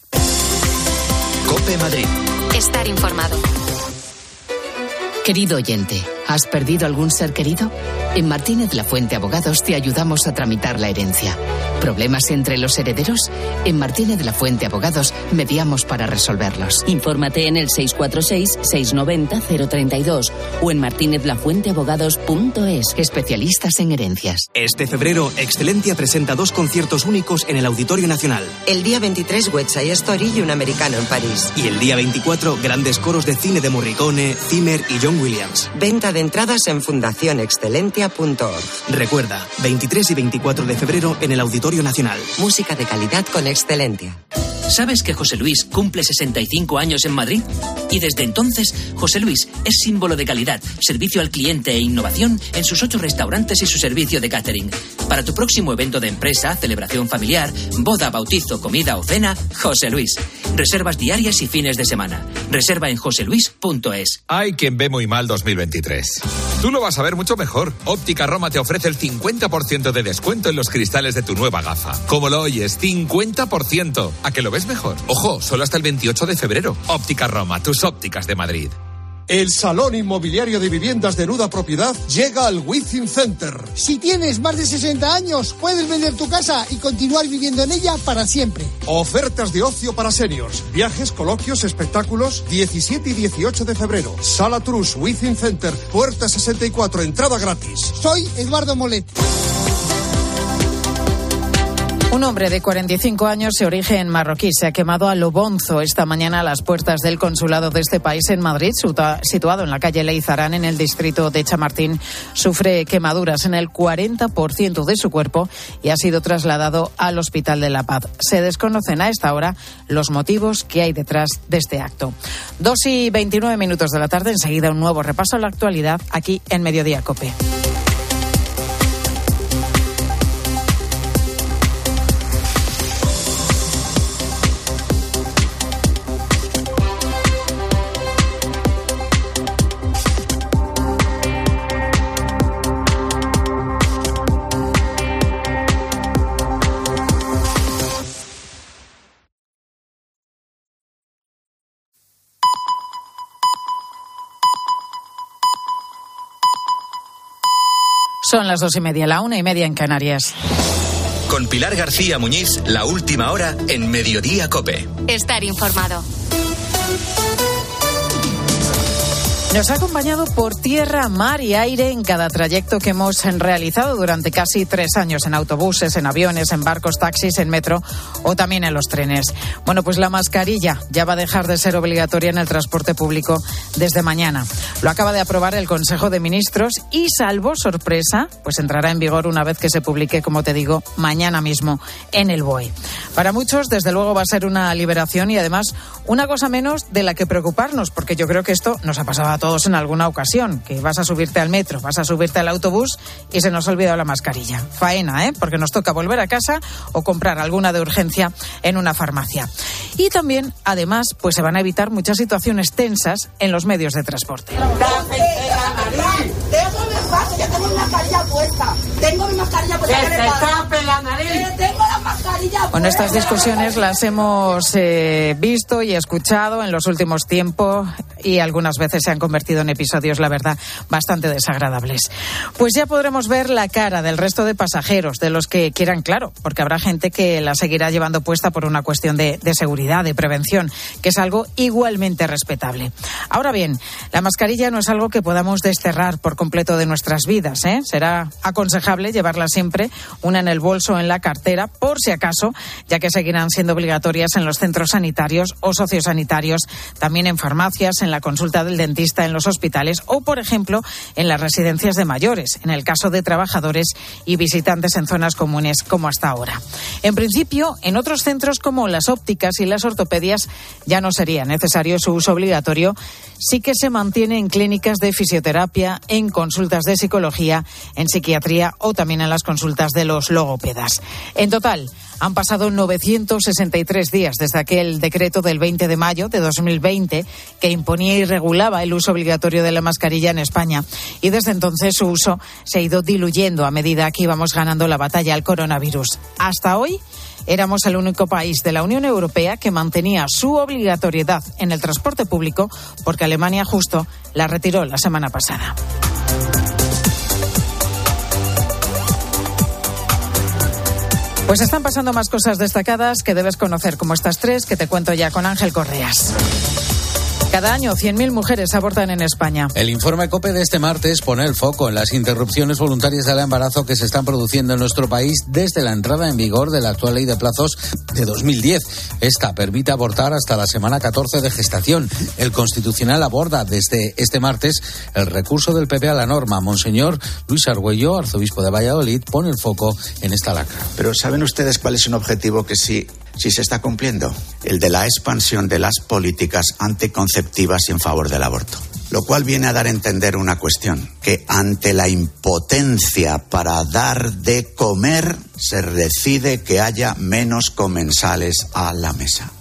Speaker 2: COPE Madrid.
Speaker 10: Estar informado.
Speaker 32: Querido oyente, ¿has perdido algún ser querido? En Martínez La Fuente Abogados te ayudamos a tramitar la herencia. ¿Problemas entre los herederos? En Martínez La Fuente Abogados mediamos para resolverlos.
Speaker 33: Infórmate en el seis cuatro seis, seis nueve cero, cero tres dos o en martinez la fuente abogados punto es.
Speaker 32: Especialistas en herencias.
Speaker 27: Este febrero, Excelentia presenta dos conciertos únicos en el Auditorio Nacional.
Speaker 34: El día veintitrés, West Side Story y un americano en París.
Speaker 27: Y el día veinticuatro, grandes coros de cine de Morricone, Zimmer y John Williams.
Speaker 34: Venta de entradas en fundación excelentia punto org.
Speaker 27: Recuerda, veintitrés y veinticuatro de febrero en el Auditorio Nacional.
Speaker 34: Música de calidad con Excelentia.
Speaker 35: ¿Sabes que José Luis cumple sesenta y cinco años en Madrid? Y desde entonces, José Luis es símbolo de calidad, servicio al cliente e innovación en sus ocho restaurantes y su servicio de catering. Para tu próximo evento de empresa, celebración familiar, boda, bautizo, comida o cena, José Luis. Reservas diarias y fines de semana. Reserva en josé luis punto es.
Speaker 36: Hay quien ve muy mal dos mil veintitrés. Tú lo vas a ver mucho mejor. Óptica Roma te ofrece el cincuenta por ciento de descuento en los cristales de tu nueva gafa. ¿Cómo lo oyes? cincuenta por ciento. ¿A que lo ves mejor? Ojo, solo hasta el veintiocho de febrero. Óptica Roma, tus ópticas de Madrid.
Speaker 17: El Salón Inmobiliario de Viviendas de Nuda Propiedad llega al Within Center.
Speaker 3: Si tienes más de sesenta años, puedes vender tu casa y continuar viviendo en ella para siempre.
Speaker 17: Ofertas de ocio para seniors, viajes, coloquios, espectáculos, diecisiete y dieciocho de febrero. Sala Trus, Within Center, puerta sesenta y cuatro, entrada gratis.
Speaker 3: Soy Eduardo Molet.
Speaker 1: Un hombre de cuarenta y cinco años de origen marroquí se ha quemado a lo bonzo esta mañana a las puertas del consulado de este país en Madrid, situado en la calle Leizarán, en el distrito de Chamartín. Sufre quemaduras en el cuarenta por ciento de su cuerpo y ha sido trasladado al Hospital de la Paz. Se desconocen a esta hora los motivos que hay detrás de este acto. Dos y veintinueve minutos de la tarde, enseguida un nuevo repaso a la actualidad aquí en Mediodía COPE. Son las dos y media, la una y media en Canarias.
Speaker 2: Con Pilar García Muñiz, la última hora en Mediodía COPE.
Speaker 10: Estar informado.
Speaker 1: Nos ha acompañado por tierra, mar y aire en cada trayecto que hemos realizado durante casi tres años en autobuses, en aviones, en barcos, taxis, en metro o también en los trenes. Bueno, pues la mascarilla ya va a dejar de ser obligatoria en el transporte público desde mañana. Lo acaba de aprobar el Consejo de Ministros y, salvo sorpresa, pues entrará en vigor una vez que se publique, como te digo, mañana mismo en el B O E. Para muchos, desde luego, va a ser una liberación y además una cosa menos de la que preocuparnos, porque yo creo que esto nos ha pasado a todos todos en alguna ocasión, que vas a subirte al metro, vas a subirte al autobús y se nos ha olvidado la mascarilla. Faena, ¿eh? Porque nos toca volver a casa o comprar alguna de urgencia en una farmacia. Y también, además, pues se van a evitar muchas situaciones tensas en los medios de transporte.
Speaker 4: Tengo mi mascarilla puesta. Tengo mi mascarilla puesta. Que se tape la nariz. Tengo la mascarilla puesta.
Speaker 1: Bueno, estas discusiones las hemos eh, visto y escuchado en los últimos tiempos y algunas veces se han convertido en episodios, la verdad, bastante desagradables. Pues ya podremos ver la cara del resto de pasajeros, de los que quieran, claro, porque habrá gente que la seguirá llevando puesta por una cuestión de, de seguridad, de prevención, que es algo igualmente respetable. Ahora bien, la mascarilla no es algo que podamos desterrar por completo de nuestras vidas, ¿eh? Será aconsejable llevarla siempre, una en el bolso o en la cartera, por si acaso, ya que seguirán siendo obligatorias en los centros sanitarios o sociosanitarios, también en farmacias, en la consulta del dentista, en los hospitales o, por ejemplo, en las residencias de mayores, en el caso de trabajadores y visitantes en zonas comunes como hasta ahora. En principio, en otros centros como las ópticas y las ortopedias ya no sería necesario su uso obligatorio. Sí que se mantiene en clínicas de fisioterapia, en consultas de psicología, en psiquiatría o también en las consultas de los logopedas. En total, han pasado novecientos sesenta y tres días desde aquel decreto del veinte de mayo de dos mil veinte que imponía y regulaba el uso obligatorio de la mascarilla en España. Y desde entonces su uso se ha ido diluyendo a medida que íbamos ganando la batalla al coronavirus. Hasta hoy éramos el único país de la Unión Europea que mantenía su obligatoriedad en el transporte público, porque Alemania justo la retiró la semana pasada. Pues están pasando más cosas destacadas que debes conocer, como estas tres que te cuento ya con Ángel Correas. Cada año, cien mil mujeres abortan en España.
Speaker 5: El informe COPE de este martes pone el foco en las interrupciones voluntarias del embarazo que se están produciendo en nuestro país desde la entrada en vigor de la actual ley de plazos de dos mil diez. Esta permite abortar hasta la semana catorce de gestación. El Constitucional aborda desde este martes el recurso del P P a la norma. Monseñor Luis Argüello, arzobispo de Valladolid, pone el foco en esta lacra.
Speaker 6: Pero ¿saben ustedes cuál es un objetivo que sí, sí se está cumpliendo? El de la expansión de las políticas anticonceptivas y en favor del aborto. Lo cual viene a dar a entender una cuestión, que ante la impotencia para dar de comer, se decide que haya menos comensales a la mesa.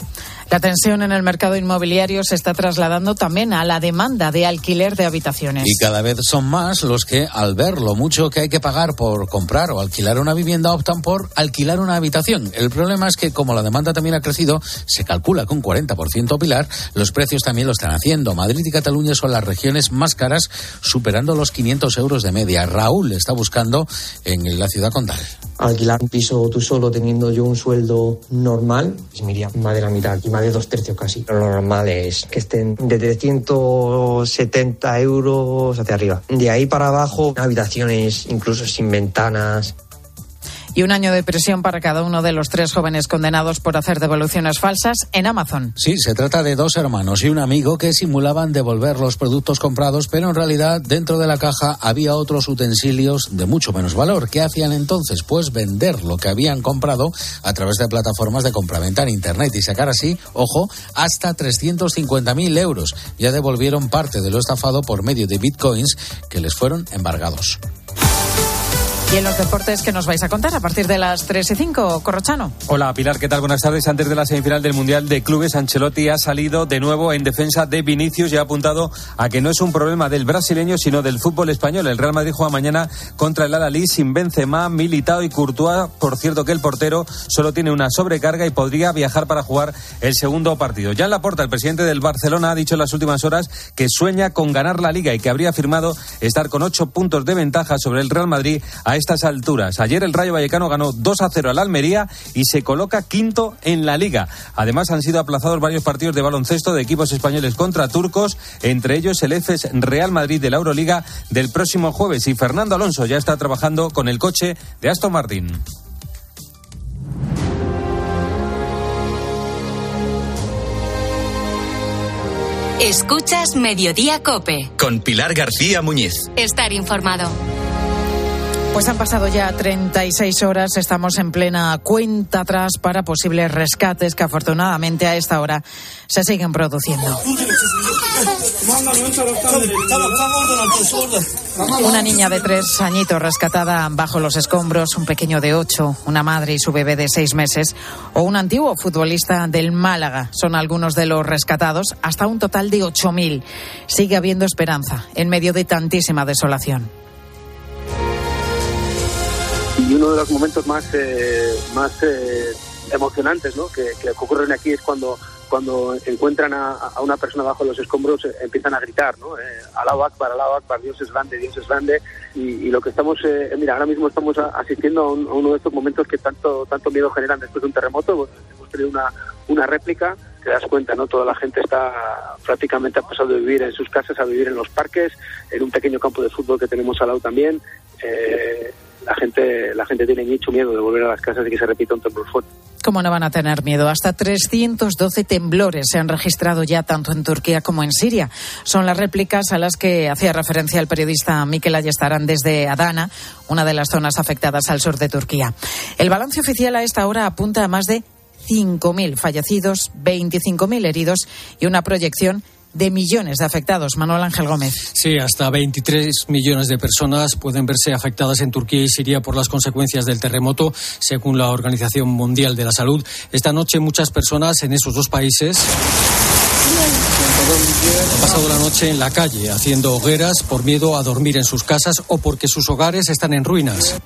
Speaker 1: La tensión en el mercado inmobiliario se está trasladando también a la demanda de alquiler de habitaciones.
Speaker 5: Y cada vez son más los que, al ver lo mucho que hay que pagar por comprar o alquilar una vivienda, optan por alquilar una habitación. El problema es que, como la demanda también ha crecido, se calcula que un cuarenta por ciento, Pilar, los precios también lo están haciendo. Madrid y Cataluña son las regiones más caras, superando los quinientos euros de media. Raúl está buscando en la ciudad condal.
Speaker 7: Alquilar un piso tú solo teniendo yo un sueldo normal, pues me iría más de la mitad y más de dos tercios casi. Lo normal es que estén de trescientos setenta euros hacia arriba. De ahí para abajo, habitaciones incluso sin ventanas.
Speaker 1: Y un año de prisión para cada uno de los tres jóvenes condenados por hacer devoluciones falsas en Amazon.
Speaker 5: Sí, se trata de dos hermanos y un amigo que simulaban devolver los productos comprados, pero en realidad dentro de la caja había otros utensilios de mucho menos valor. ¿Qué hacían entonces? Pues vender lo que habían comprado a través de plataformas de compraventa en Internet y sacar así, ojo, hasta trescientos cincuenta mil euros. Ya devolvieron parte de lo estafado por medio de bitcoins que les fueron embargados.
Speaker 1: Y en los deportes, ¿qué nos vais a contar a partir de las tres y cinco, Corrochano?
Speaker 8: Hola, Pilar, ¿qué tal? Buenas tardes. Antes de la semifinal del Mundial de Clubes, Ancelotti ha salido de nuevo en defensa de Vinicius y ha apuntado a que no es un problema del brasileño, sino del fútbol español. El Real Madrid juega mañana contra el Al-Ahly sin Benzema, Militao y Courtois. Por cierto que el portero solo tiene una sobrecarga y podría viajar para jugar el segundo partido. Jan Laporta, el presidente del Barcelona, ha dicho en las últimas horas que sueña con ganar la Liga y que habría firmado estar con ocho puntos de ventaja sobre el Real Madrid a estas alturas. Ayer el Rayo Vallecano ganó dos a cero al Almería y se coloca quinto en la Liga. Además han sido aplazados varios partidos de baloncesto de equipos españoles contra turcos, entre ellos el Efes Real Madrid de la Euroliga del próximo jueves, y Fernando Alonso ya está trabajando con el coche de Aston Martin.
Speaker 10: Escuchas Mediodía COPE.
Speaker 2: Con Pilar García Muñiz.
Speaker 10: Estar informado.
Speaker 1: Pues han pasado ya treinta y seis horas, estamos en plena cuenta atrás para posibles rescates que afortunadamente a esta hora se siguen produciendo. Una niña de tres añitos rescatada bajo los escombros, un pequeño de ocho, una madre y su bebé de seis meses o un antiguo futbolista del Málaga son algunos de los rescatados, hasta un total de ocho mil. Sigue habiendo esperanza en medio de tantísima desolación.
Speaker 9: Y uno de los momentos más eh, más eh, emocionantes, ¿no?, que, que ocurren aquí es cuando cuando encuentran a, a una persona bajo los escombros, eh, empiezan a gritar, ¿no? Eh, Allahu Akbar, Allahu Akbar, Dios es grande, Dios es grande. Y, y lo que estamos, eh, mira, ahora mismo estamos a, asistiendo a, un, a uno de estos momentos que tanto tanto miedo generan después de un terremoto. Bueno, hemos tenido una, una réplica, te das cuenta, ¿no? Toda la gente está prácticamente ha pasado de vivir en sus casas a vivir en los parques, en un pequeño campo de fútbol que tenemos al lado también. Eh, La gente, la gente tiene mucho miedo de volver a las casas y que se repita un temblor fuerte.
Speaker 1: ¿Cómo no van a tener miedo? Hasta trescientos doce temblores se han registrado ya tanto en Turquía como en Siria. Son las réplicas a las que hacía referencia el periodista Mikel Ayestarán desde Adana, una de las zonas afectadas al sur de Turquía. El balance oficial a esta hora apunta a más de cinco mil fallecidos, veinticinco mil heridos y una proyección de millones de afectados. Manuel Ángel Gómez.
Speaker 11: Sí, hasta veintitrés millones de personas pueden verse afectadas en Turquía y Siria por las consecuencias del terremoto, según la Organización Mundial de la Salud. Esta noche muchas personas en esos dos países han pasado la noche en la calle haciendo hogueras por miedo a dormir en sus casas o porque sus hogares están en ruinas.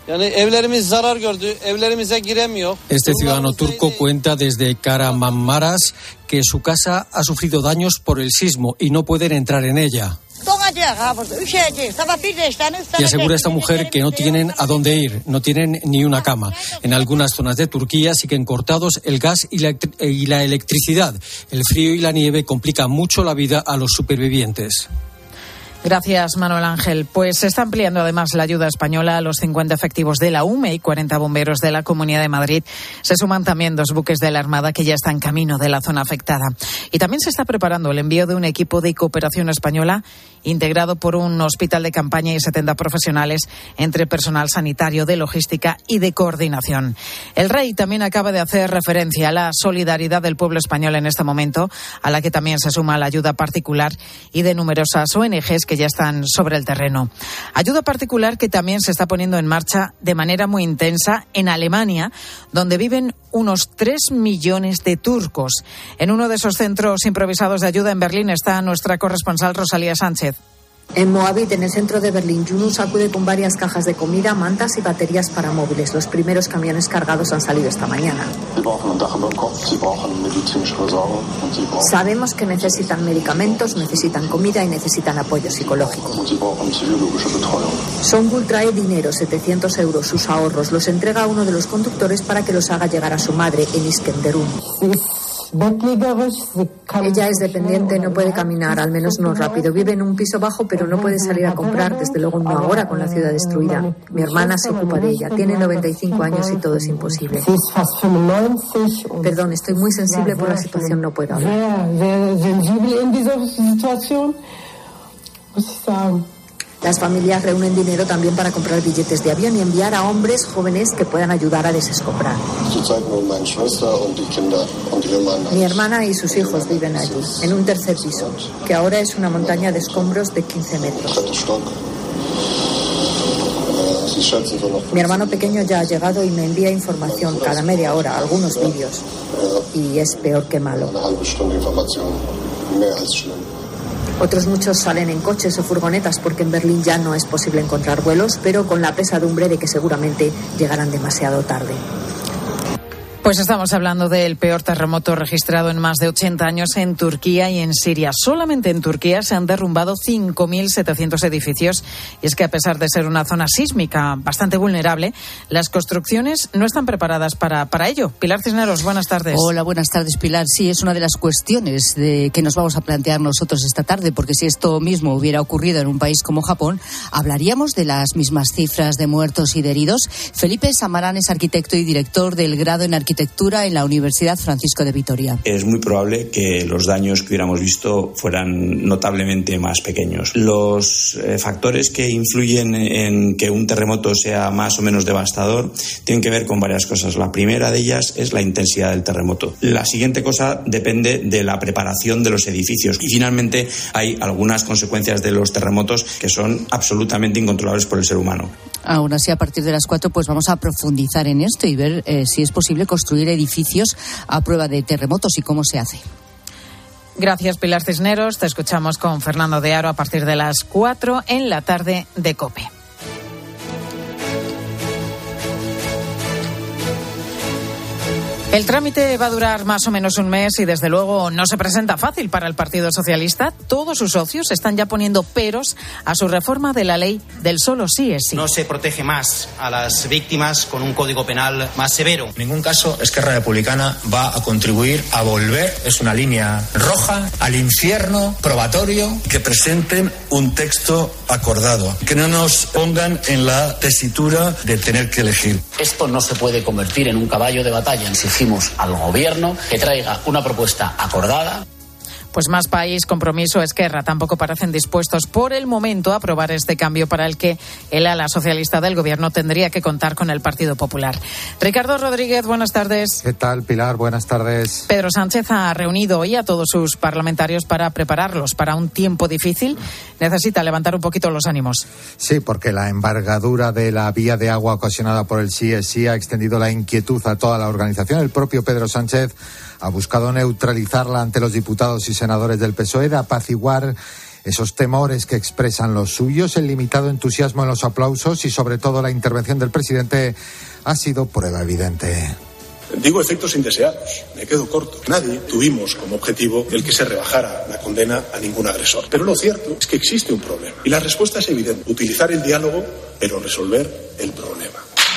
Speaker 11: Este ciudadano turco cuenta desde Kahramanmaraş que su casa ha sufrido daños por el sismo y no pueden entrar en ella. Y asegura esta mujer que no tienen a dónde ir, no tienen ni una cama. En algunas zonas de Turquía siguen cortados el gas y la, y la electricidad. El frío y la nieve complican mucho la vida a los supervivientes.
Speaker 1: Gracias, Manuel Ángel. Pues se está ampliando además la ayuda española a los cincuenta efectivos de la U M E y cuarenta bomberos de la Comunidad de Madrid. Se suman también dos buques de la Armada que ya están en camino de la zona afectada. Y también se está preparando el envío de un equipo de cooperación española integrado por un hospital de campaña y setenta profesionales entre personal sanitario, de logística y de coordinación. El rey también acaba de hacer referencia a la solidaridad del pueblo español en este momento, a la que también se suma la ayuda particular y de numerosas O N Ges que ya están sobre el terreno. Ayuda particular que también se está poniendo en marcha de manera muy intensa en Alemania, donde viven unos tres millones de turcos. En uno de esos centros improvisados de ayuda en Berlín está nuestra corresponsal Rosalía Sánchez.
Speaker 12: En Moabit, en el centro de Berlín, Yunus acude con varias cajas de comida, mantas y baterías para móviles. Los primeros camiones cargados han salido esta mañana. Sabemos que necesitan medicamentos, necesitan comida y necesitan apoyo psicológico. Songul trae dinero, setecientos euros, sus ahorros. Los entrega a uno de los conductores para que los haga llegar a su madre en Iskenderun. Ella es dependiente, no puede caminar, al menos no rápido. Vive en un piso bajo, pero no puede salir a comprar, desde luego no ahora con la ciudad destruida. Mi hermana se ocupa de ella, tiene noventa y cinco años y todo es imposible. Perdón, estoy muy sensible por la situación, no puedo hablar. Las familias reúnen dinero también para comprar billetes de avión y enviar a hombres jóvenes que puedan ayudar a desescombrar. Mi hermana y sus hijos viven allí, en un tercer piso, que ahora es una montaña de escombros de quince metros. Mi hermano pequeño ya ha llegado y me envía información cada media hora, algunos vídeos. Y es peor que malo. Otros muchos salen en coches o furgonetas porque en Berlín ya no es posible encontrar vuelos, pero con la pesadumbre de que seguramente llegarán demasiado tarde.
Speaker 1: Pues estamos hablando del peor terremoto registrado en más de ochenta años en Turquía y en Siria. Solamente en Turquía se han derrumbado cinco mil setecientos edificios y es que a pesar de ser una zona sísmica bastante vulnerable, las construcciones no están preparadas para, para ello. Pilar Cisneros, buenas tardes.
Speaker 13: Hola, buenas tardes, Pilar. Sí, es una de las cuestiones de que nos vamos a plantear nosotros esta tarde, porque si esto mismo hubiera ocurrido en un país como Japón, hablaríamos de las mismas cifras de muertos y de heridos. Felipe Samarán es arquitecto y director del grado en arquitectura en la Universidad Francisco de Vitoria.
Speaker 14: Es muy probable que los daños que hubiéramos visto fueran notablemente más pequeños. Los eh, factores que influyen en que un terremoto sea más o menos devastador tienen que ver con varias cosas. La primera de ellas es la intensidad del terremoto. La siguiente cosa depende de la preparación de los edificios. Y finalmente hay algunas consecuencias de los terremotos que son absolutamente incontrolables por el ser humano.
Speaker 13: Aún así, a partir de las cuatro, pues vamos a profundizar en esto y ver eh, si es posible construir edificios a prueba de terremotos y cómo se hace.
Speaker 1: Gracias, Pilar Cisneros. Te escuchamos con Fernando de Aro a partir de las cuatro en la tarde de COPE. El trámite va a durar más o menos un mes y desde luego no se presenta fácil para el Partido Socialista. Todos sus socios están ya poniendo peros a su reforma de la ley del solo sí es sí.
Speaker 15: No se protege más a las víctimas con un código penal más severo.
Speaker 16: En ningún caso Esquerra Republicana va a contribuir a volver, es una línea roja, al infierno probatorio.
Speaker 18: Que presenten un texto acordado, que no nos pongan en la tesitura de tener que elegir.
Speaker 19: Esto no se puede convertir en un caballo de batalla. Exigimos al gobierno que traiga una propuesta acordada.
Speaker 1: Pues Más País, Compromiso, Esquerra tampoco parecen dispuestos por el momento a aprobar este cambio para el que el ala socialista del gobierno tendría que contar con el Partido Popular. Ricardo Rodríguez, buenas tardes.
Speaker 21: ¿Qué tal, Pilar? Buenas tardes.
Speaker 1: Pedro Sánchez ha reunido hoy a todos sus parlamentarios para prepararlos para un tiempo difícil. Necesita levantar un poquito los ánimos.
Speaker 21: Sí, porque la envergadura de la vía de agua ocasionada por el sí es sí ha extendido la inquietud a toda la organización. El propio Pedro Sánchez ha buscado neutralizarla ante los diputados y senadores del P S O E, de apaciguar esos temores que expresan los suyos. El limitado entusiasmo en los aplausos y sobre todo la intervención del presidente ha sido prueba evidente.
Speaker 22: Digo efectos indeseados, me quedo corto. Nadie tuvimos como objetivo el que se rebajara la condena a ningún agresor. Pero lo cierto es que existe un problema y la respuesta es evidente. Utilizar el diálogo, pero resolver el problema.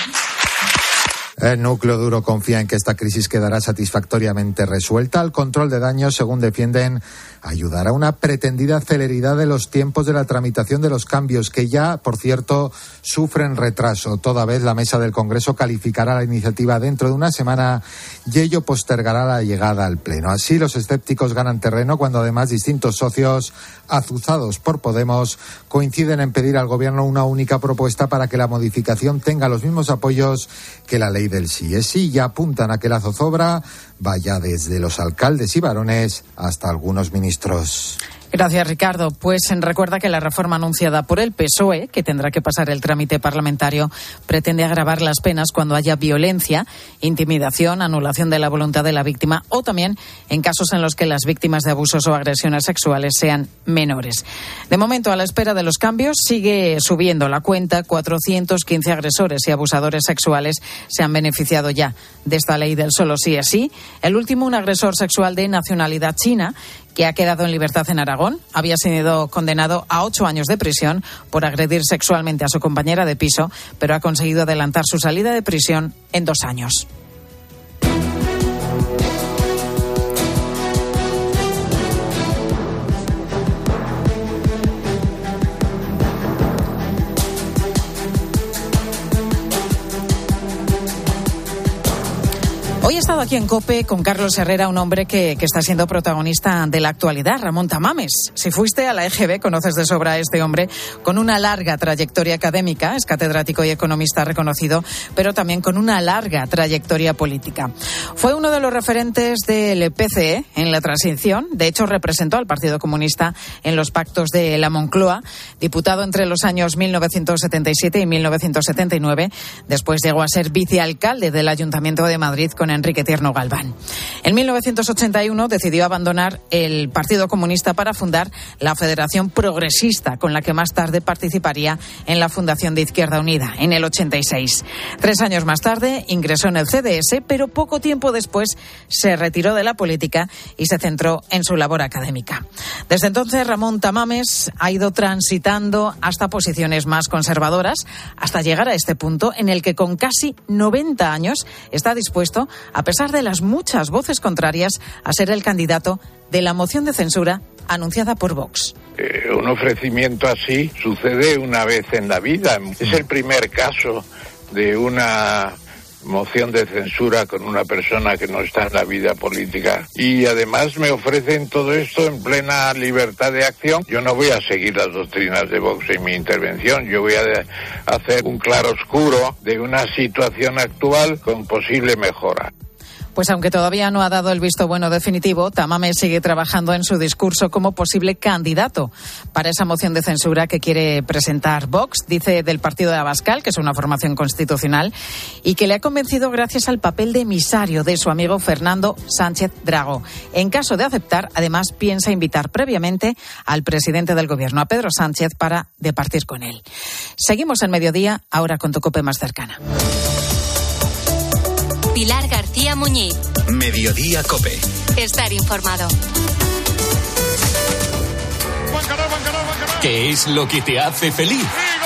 Speaker 21: El núcleo duro confía en que esta crisis quedará satisfactoriamente resuelta. El control de daños, según defienden, ayudará a una pretendida celeridad de los tiempos de la tramitación de los cambios, que ya, por cierto, sufren retraso. Toda vez la mesa del Congreso calificará la iniciativa dentro de una semana y ello postergará la llegada al Pleno. Así, los escépticos ganan terreno cuando además distintos socios, azuzados por Podemos, coinciden en pedir al Gobierno una única propuesta para que la modificación tenga los mismos apoyos que la ley del sí es sí. Ya apuntan a que la zozobra vaya desde los alcaldes y varones hasta algunos ministros.
Speaker 1: Gracias, Ricardo. Pues recuerda que la reforma anunciada por el P S O E, que tendrá que pasar el trámite parlamentario, pretende agravar las penas cuando haya violencia, intimidación, anulación de la voluntad de la víctima o también en casos en los que las víctimas de abusos o agresiones sexuales sean menores. De momento, a la espera de los cambios, sigue subiendo la cuenta. cuatrocientos quince agresores y abusadores sexuales se han beneficiado ya de esta ley del solo sí es sí. El último, un agresor sexual de nacionalidad china, que ha quedado en libertad en Aragón. Había sido condenado a ocho años de prisión por agredir sexualmente a su compañera de piso, pero ha conseguido adelantar su salida de prisión en dos años. Hoy he estado aquí en COPE con Carlos Herrera, un hombre que, que está siendo protagonista de la actualidad, Ramón Tamames. Si fuiste a la E G B, conoces de sobra a este hombre con una larga trayectoria académica, es catedrático y economista reconocido, pero también con una larga trayectoria política. Fue uno de los referentes del P C E en la transición, de hecho representó al Partido Comunista en los pactos de la Moncloa, diputado entre los años mil novecientos setenta y siete y mil novecientos setenta y nueve, después llegó a ser vicealcalde del Ayuntamiento de Madrid con Enrique Tierno Galván. En mil novecientos ochenta y uno decidió abandonar el Partido Comunista para fundar la Federación Progresista, con la que más tarde participaría en la fundación de Izquierda Unida, en el ochenta y seis. Tres años más tarde ingresó en el C D S, pero poco tiempo después se retiró de la política y se centró en su labor académica. Desde entonces, Ramón Tamames ha ido transitando hasta posiciones más conservadoras, hasta llegar a este punto en el que con casi noventa años está dispuesto, a pesar de las muchas voces contrarias, a ser el candidato de la moción de censura anunciada por Vox.
Speaker 17: Eh, un ofrecimiento así sucede una vez en la vida. Es el primer caso de una moción de censura con una persona que no está en la vida política. Y además me ofrecen todo esto en plena libertad de acción. Yo no voy a seguir las doctrinas de Vox en mi intervención. Yo voy a hacer un claroscuro de una situación actual con posible mejora.
Speaker 1: Pues aunque todavía no ha dado el visto bueno definitivo, Tamames sigue trabajando en su discurso como posible candidato para esa moción de censura que quiere presentar Vox, dice del partido de Abascal, que es una formación constitucional, y que le ha convencido gracias al papel de emisario de su amigo Fernando Sánchez Dragó. En caso de aceptar, además, piensa invitar previamente al presidente del Gobierno, a Pedro Sánchez, para departir con él. Seguimos en Mediodía, ahora con tu COPE más cercana.
Speaker 10: Pilar García Muñiz.
Speaker 2: Mediodía COPE.
Speaker 10: Estar informado.
Speaker 2: ¿Qué es lo que te hace feliz?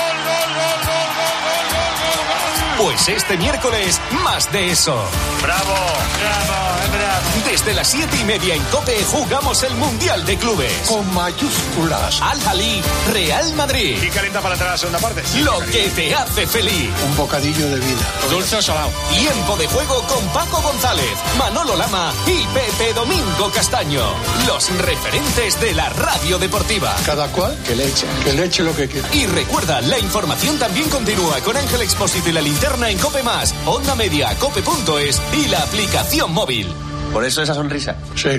Speaker 2: Pues este miércoles, más de eso.
Speaker 20: ¡Bravo! ¡Bravo! ¡Bravo!
Speaker 2: Desde las siete y media en COPE jugamos el Mundial de Clubes.
Speaker 20: Con mayúsculas.
Speaker 2: Al-Ahly, Real Madrid.
Speaker 20: ¿Y calienta para entrar a la segunda parte?
Speaker 2: Sí, lo que te hace feliz.
Speaker 20: Un bocadillo de vida. Dulce o salado.
Speaker 2: Tiempo de juego con Paco González, Manolo Lama y Pepe Domingo Castaño. Los referentes de la radio deportiva.
Speaker 20: Cada cual que le eche. Que le eche lo que quiera.
Speaker 2: Y recuerda, la información también continúa con Ángel Expósito y la linterna en COPE más, Onda Media, cope punto es y la aplicación móvil.
Speaker 23: ¿Por eso esa sonrisa?
Speaker 20: Sí.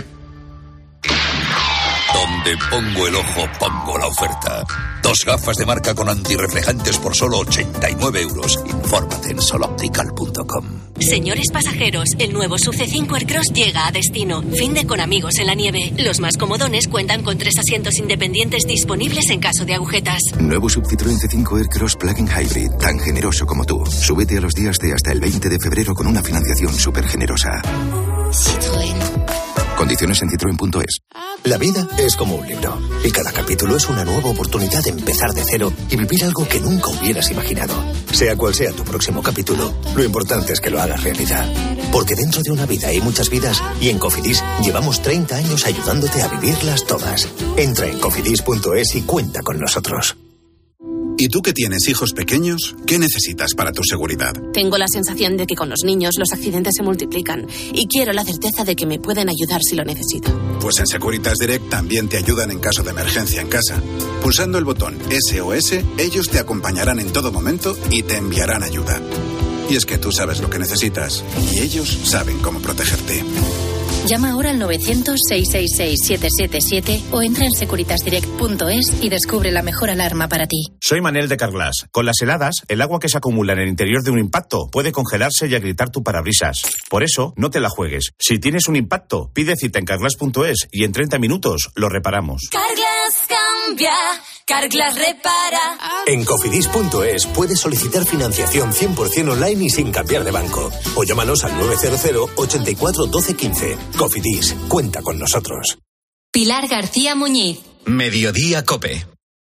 Speaker 24: Donde pongo el ojo, pongo la oferta. Dos gafas de marca con antirreflejantes por solo ochenta y nueve euros. Infórmate en soloptical punto com.
Speaker 10: Señores pasajeros, el nuevo S U V C cinco Aircross llega a destino. Fin de con amigos en la nieve. Los más comodones cuentan con tres asientos independientes disponibles en caso de agujetas.
Speaker 25: Nuevo Sub Citroën C cinco Aircross Plug-in Hybrid, tan generoso como tú. Súbete a los días de hasta el veinte de febrero con una financiación súper generosa.
Speaker 10: Citroën.
Speaker 25: Condiciones en citroen punto es.
Speaker 26: La vida es como un libro, y cada capítulo es una nueva oportunidad de empezar de cero y vivir algo que nunca hubieras imaginado. Sea cual sea tu próximo capítulo, lo importante es que lo hagas realidad. Porque dentro de una vida hay muchas vidas, y en Cofidis llevamos treinta años ayudándote a vivirlas todas. Entra en cofidis punto es y cuenta con nosotros.
Speaker 27: ¿Y tú que tienes hijos pequeños? ¿Qué necesitas para tu seguridad?
Speaker 28: Tengo la sensación de que con los niños los accidentes se multiplican y quiero la certeza de que me pueden ayudar si lo necesito.
Speaker 27: Pues en Securitas Direct también te ayudan en caso de emergencia en casa. Pulsando el botón S O S, ellos te acompañarán en todo momento y te enviarán ayuda. Y es que tú sabes lo que necesitas y ellos saben cómo protegerte.
Speaker 10: Llama ahora al novecientos, seiscientos sesenta y seis, siete siete siete o entra en securitasdirect punto es y descubre la mejor alarma para ti.
Speaker 3: Soy Manel de Carglass. Con las heladas, el agua que se acumula en el interior de un impacto puede congelarse y agrietar tu parabrisas. Por eso, no te la juegues. Si tienes un impacto, pide cita en carglass punto es y en treinta minutos lo reparamos.
Speaker 4: Carglass cambia, Carglass repara.
Speaker 26: En cofidis punto es puedes solicitar financiación cien por ciento online y sin cambiar de banco. O llámanos al nueve cero cero, ochenta y cuatro, doce, quince. Cofidis, cuenta con nosotros.
Speaker 4: Pilar García Muñiz.
Speaker 5: Mediodía Cope.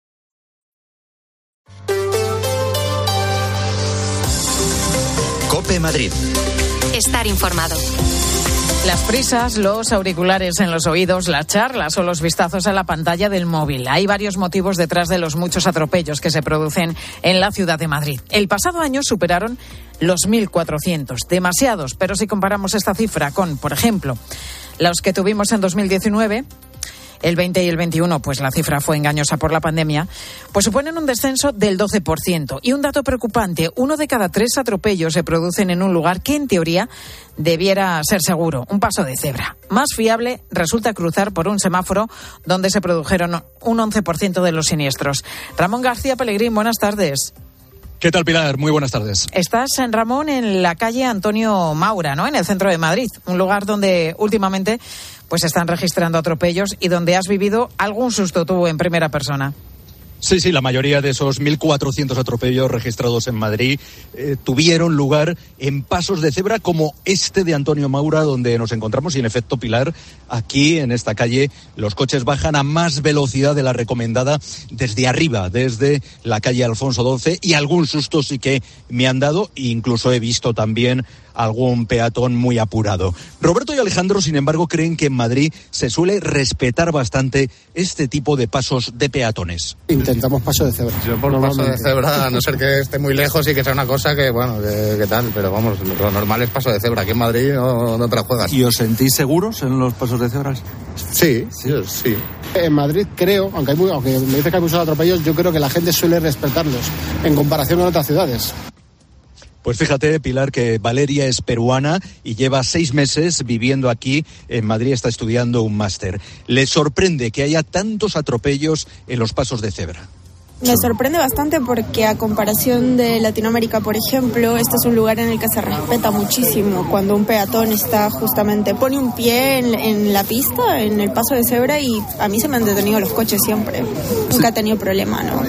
Speaker 5: Cope Madrid.
Speaker 10: Estar informado.
Speaker 1: Las prisas, los auriculares en los oídos, las charlas o los vistazos a la pantalla del móvil. Hay varios motivos detrás de los muchos atropellos que se producen en la ciudad de Madrid. El pasado año superaron los mil cuatrocientos. Demasiados, pero si comparamos esta cifra con, por ejemplo, los que tuvimos en dos mil diecinueve... el veinte y el veintiuno, pues la cifra fue engañosa por la pandemia, pues suponen un descenso del doce por ciento. Y un dato preocupante, uno de cada tres atropellos se producen en un lugar que en teoría debiera ser seguro, un paso de cebra. Más fiable resulta cruzar por un semáforo donde se produjeron un once por ciento de los siniestros. Ramón García Pellegrín, buenas tardes.
Speaker 6: ¿Qué tal, Pilar? Muy buenas tardes.
Speaker 1: Estás, en Ramón, en la calle Antonio Maura, ¿no? En el centro de Madrid, un lugar donde últimamente pues están registrando atropellos y donde has vivido algún susto tú en primera persona.
Speaker 6: Sí, sí, la mayoría de esos mil cuatrocientos atropellos registrados en Madrid eh, tuvieron lugar en pasos de cebra como este de Antonio Maura, donde nos encontramos. Y en efecto, Pilar, aquí en esta calle los coches bajan a más velocidad de la recomendada desde arriba, desde la calle Alfonso doce, y algún susto sí que me han dado, e incluso he visto también algún peatón muy apurado. Roberto y Alejandro, sin embargo, creen que en Madrid se suele respetar bastante este tipo de pasos de peatones.
Speaker 7: Intentamos paso de cebra.
Speaker 8: Yo por paso de cebra, a no ser que esté muy lejos y que sea una cosa que, bueno, que, que tal, pero vamos, lo normal es paso de cebra. Aquí en Madrid no, no te la juegas.
Speaker 6: ¿Y os sentís seguros en los pasos de cebras?
Speaker 8: Sí, sí, sí.
Speaker 7: En Madrid creo, aunque, hay muy, aunque me dice que hay muchos atropellos, yo creo que la gente suele respetarlos en comparación con otras ciudades.
Speaker 6: Pues fíjate, Pilar, que Valeria es peruana y lleva seis meses viviendo aquí en Madrid, está estudiando un máster. Le sorprende que haya tantos atropellos en los pasos de cebra.
Speaker 9: Me sorprende bastante porque a comparación de Latinoamérica, por ejemplo, este es un lugar en el que se respeta muchísimo. Cuando un peatón está justamente, pone un pie en, en la pista, en el paso de cebra, y a mí se me han detenido los coches siempre. Nunca he tenido problema, ¿no?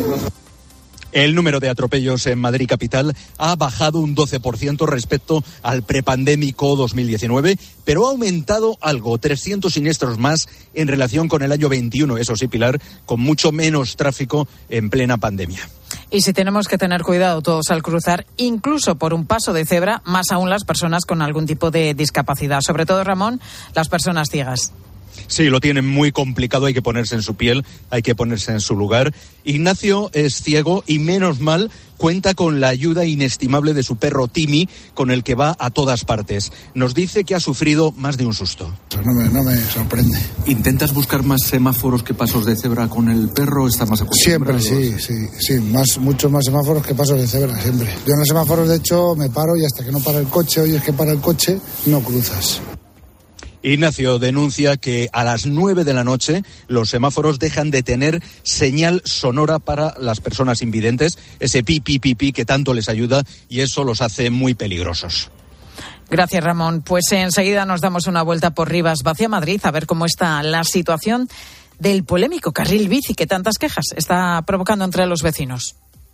Speaker 6: El número de atropellos en Madrid capital ha bajado un doce por ciento respecto al prepandémico dos mil diecinueve, pero ha aumentado algo, trescientos siniestros más en relación con el año veintiuno, eso sí, Pilar, con mucho menos tráfico en plena pandemia.
Speaker 1: Y si tenemos que tener cuidado todos al cruzar, incluso por un paso de cebra, más aún las personas con algún tipo de discapacidad, sobre todo, Ramón, las personas ciegas.
Speaker 6: Sí, lo tienen muy complicado, hay que ponerse en su piel, hay que ponerse en su lugar. Ignacio es ciego y, menos mal, cuenta con la ayuda inestimable de su perro Timmy, con el que va a todas partes. Nos dice que ha sufrido más de un susto.
Speaker 7: No me, no me sorprende.
Speaker 6: ¿Intentas buscar más semáforos que pasos de cebra con el perro? ¿Estás más acostumbrado?
Speaker 7: Siempre, sí, sí, sí, más, muchos más semáforos que pasos de cebra, siempre. Yo en los semáforos, de hecho, me paro y hasta que no para el coche, oyes que para el coche, no cruzas.
Speaker 6: Ignacio denuncia que a las nueve de la noche los semáforos dejan de tener señal sonora para las personas invidentes, ese pi, pi, pi, pi que tanto les ayuda, y eso los hace muy peligrosos.
Speaker 1: Gracias, Ramón. Pues enseguida nos damos una vuelta por Rivas hacia Madrid a ver cómo está la situación del polémico carril bici que tantas quejas está provocando entre los vecinos.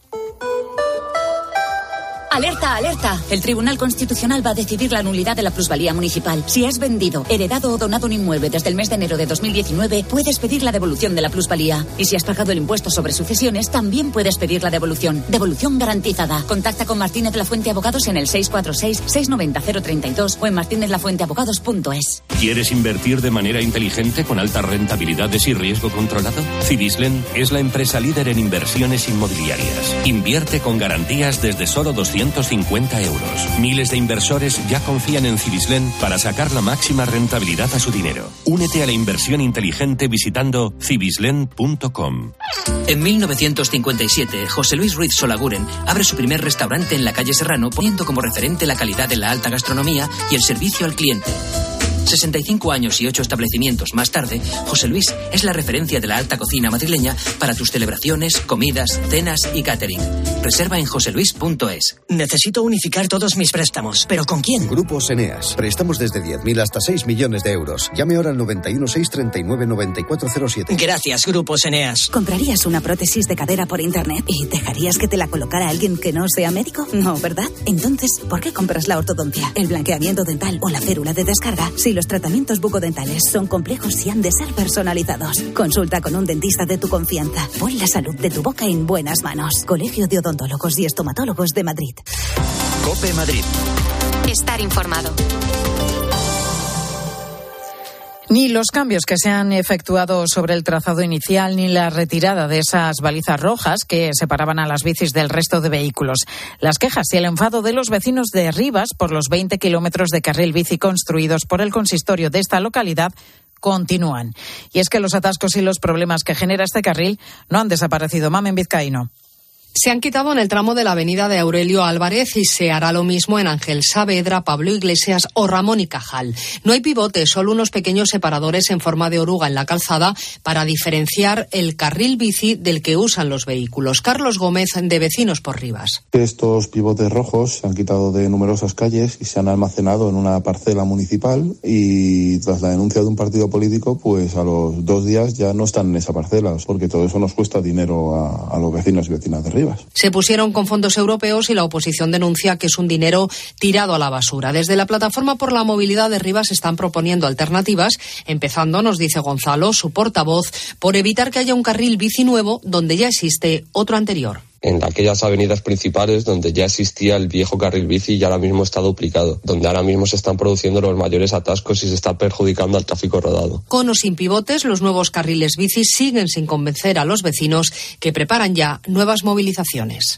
Speaker 23: Alerta, alerta. El Tribunal Constitucional va a decidir la nulidad de la plusvalía municipal. Si has vendido, heredado o donado un inmueble desde el mes de enero de dos mil diecinueve, puedes pedir la devolución de la plusvalía. Y si has pagado el impuesto sobre sucesiones, también puedes pedir la devolución. Devolución garantizada. Contacta con Martínez Lafuente Abogados en el seis cuatro seis, seis nueve cero, cero tres dos o en martinez lafuente abogados punto es.
Speaker 29: ¿Quieres invertir de manera inteligente con altas rentabilidades y riesgo controlado? Cibislen es la empresa líder en inversiones inmobiliarias. Invierte con garantías desde solo doscientos cincuenta euros. Miles de inversores ya confían en Cibislen para sacar la máxima rentabilidad a su dinero. Únete a la inversión inteligente visitando cibislen punto com.
Speaker 30: En mil novecientos cincuenta y siete, José Luis Ruiz Solaguren abre su primer restaurante en la calle Serrano, poniendo como referente la calidad de la alta gastronomía y el servicio al cliente. sesenta y cinco años y ocho establecimientos más tarde, José Luis es la referencia de la alta cocina madrileña para tus celebraciones, comidas, cenas y catering. Reserva en joseluis punto es.
Speaker 5: Necesito unificar todos mis préstamos, ¿pero con quién?
Speaker 11: Grupos Eneas. Préstamos desde diez mil hasta seis millones de euros. Llame ahora al noventa y uno seis treinta y nueve noventa y cuatro cero siete.
Speaker 5: Gracias, Grupos Eneas.
Speaker 23: ¿Comprarías una prótesis de cadera por internet y dejarías que te la colocara alguien que no sea médico? No, ¿verdad? Entonces, ¿por qué compras la ortodoncia, el blanqueamiento dental o la férula de descarga si los tratamientos bucodentales son complejos y han de ser personalizados? Consulta con un dentista de tu confianza. Pon la salud de tu boca en buenas manos. Colegio de Odontólogos y Estomatólogos de Madrid.
Speaker 30: COPE Madrid.
Speaker 10: Estar informado.
Speaker 1: Ni los cambios que se han efectuado sobre el trazado inicial ni la retirada de esas balizas rojas que separaban a las bicis del resto de vehículos. Las quejas y el enfado de los vecinos de Rivas por los veinte kilómetros de carril bici construidos por el consistorio de esta localidad continúan. Y es que los atascos y los problemas que genera este carril no han desaparecido. Mamen Vizcaíno.
Speaker 12: Se han quitado en el tramo de la avenida de Aurelio Álvarez y se hará lo mismo en Ángel Saavedra, Pablo Iglesias o Ramón y Cajal. No hay pivotes, solo unos pequeños separadores en forma de oruga en la calzada para diferenciar el carril bici del que usan los vehículos. Carlos Gómez, de Vecinos por Rivas.
Speaker 13: Estos pivotes rojos se han quitado de numerosas calles y se han almacenado en una parcela municipal y tras la denuncia de un partido político, pues a los dos días ya no están en esa parcela, porque todo eso nos cuesta dinero a, a los vecinos y vecinas de Rivas.
Speaker 12: Se pusieron con fondos europeos y la oposición denuncia que es un dinero tirado a la basura. Desde la Plataforma por la Movilidad de Rivas están proponiendo alternativas, empezando, nos dice Gonzalo, su portavoz, por evitar que haya un carril bici nuevo donde ya existe otro anterior.
Speaker 14: En aquellas avenidas principales donde ya existía el viejo carril bici y ahora mismo está duplicado, donde ahora mismo se están produciendo los mayores atascos y se está perjudicando al tráfico rodado.
Speaker 12: Con o sin pivotes, los nuevos carriles bici siguen sin convencer a los vecinos, que preparan ya nuevas movilizaciones.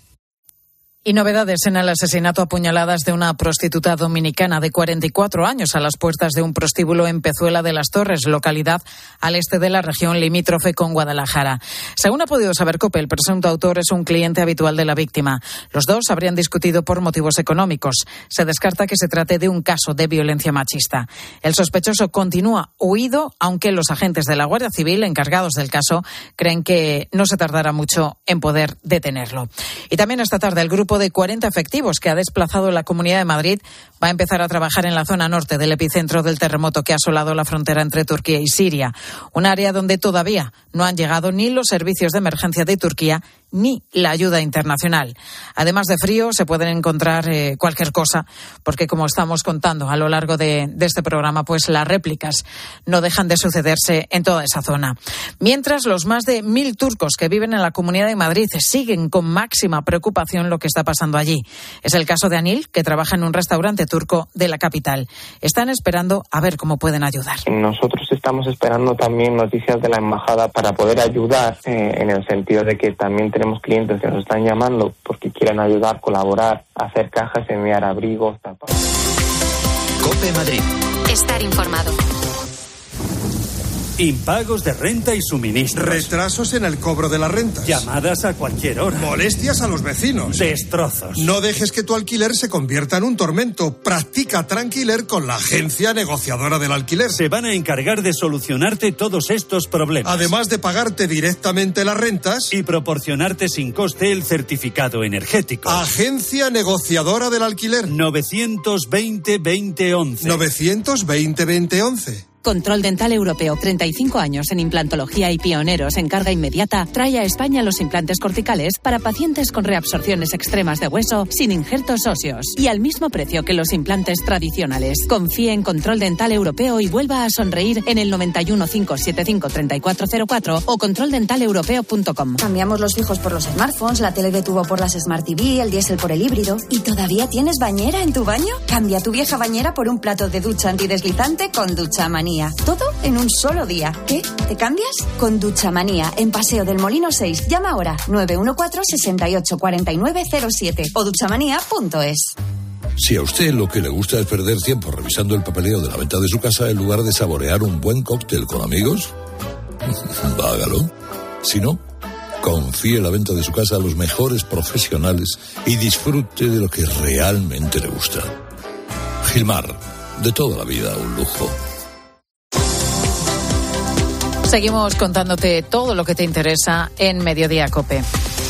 Speaker 1: Y novedades en el asesinato a puñaladas de una prostituta dominicana de cuarenta y cuatro años a las puertas de un prostíbulo en Pezuela de las Torres, localidad al este de la región limítrofe con Guadalajara. Según ha podido saber COPE, el presunto autor es un cliente habitual de la víctima. Los dos habrían discutido por motivos económicos. Se descarta que se trate de un caso de violencia machista. El sospechoso continúa huido, aunque los agentes de la Guardia Civil encargados del caso creen que no se tardará mucho en poder detenerlo. Y también esta tarde el grupo de cuarenta efectivos que ha desplazado la Comunidad de Madrid va a empezar a trabajar en la zona norte del epicentro del terremoto que ha asolado la frontera entre Turquía y Siria, un área donde todavía no han llegado ni los servicios de emergencia de Turquía ni la ayuda internacional. Además de frío, se pueden encontrar eh, cualquier cosa, porque como estamos contando a lo largo de, de este programa, pues las réplicas no dejan de sucederse en toda esa zona. Mientras, los más de mil turcos que viven en la Comunidad de Madrid siguen con máxima preocupación lo que está pasando allí. Es el caso de Anil, que trabaja en un restaurante turco de la capital. Están esperando a ver cómo pueden ayudar.
Speaker 15: Nosotros estamos esperando también noticias de la embajada para poder ayudar, eh, en el sentido de que también tenemos clientes que nos están llamando porque quieren ayudar, colaborar, hacer cajas, enviar abrigos, tapas.
Speaker 30: COPE Madrid.
Speaker 10: Estar informado.
Speaker 16: Impagos de renta y suministros.
Speaker 18: Retrasos en el cobro de las rentas.
Speaker 16: Llamadas a cualquier hora.
Speaker 18: Molestias a los vecinos.
Speaker 16: Destrozos.
Speaker 18: No dejes que tu alquiler se convierta en un tormento. Practica Tranquiler con la agencia negociadora del alquiler.
Speaker 16: Se van a encargar de solucionarte todos estos problemas.
Speaker 18: Además de pagarte directamente las rentas
Speaker 16: y proporcionarte sin coste el certificado energético.
Speaker 18: Agencia negociadora del alquiler.
Speaker 16: novecientos veinte veinte once.
Speaker 18: novecientos veinte veinte once.
Speaker 23: Control Dental Europeo, treinta y cinco años en implantología y pioneros en carga inmediata, trae a España los implantes corticales para pacientes con reabsorciones extremas de hueso sin injertos óseos y al mismo precio que los implantes tradicionales. Confíe en Control Dental Europeo y vuelva a sonreír en el noventa y uno, cinco setenta y cinco, treinta y cuatro cero cuatro o control dental europeo punto com.
Speaker 19: Cambiamos los fijos por los smartphones, la tele de tubo por las Smart T V, el diésel por el híbrido. ¿Y todavía tienes bañera en tu baño? Cambia tu vieja bañera por un plato de ducha antideslizante con Duchamanía. Todo en un solo día. ¿Qué? ¿Te cambias? Con Duchamanía, en Paseo del Molino seis. Llama ahora nueve uno cuatro, seis ocho cuatro nueve cero siete o duchamanía punto es.
Speaker 24: Si a usted lo que le gusta es perder tiempo revisando el papeleo de la venta de su casa en lugar de saborear un buen cóctel con amigos, hágalo. Si no, confíe la venta de su casa a los mejores profesionales y disfrute de lo que realmente le gusta. Gilmar, de toda la vida un lujo.
Speaker 1: Seguimos contándote todo lo que te interesa en Mediodía COPE.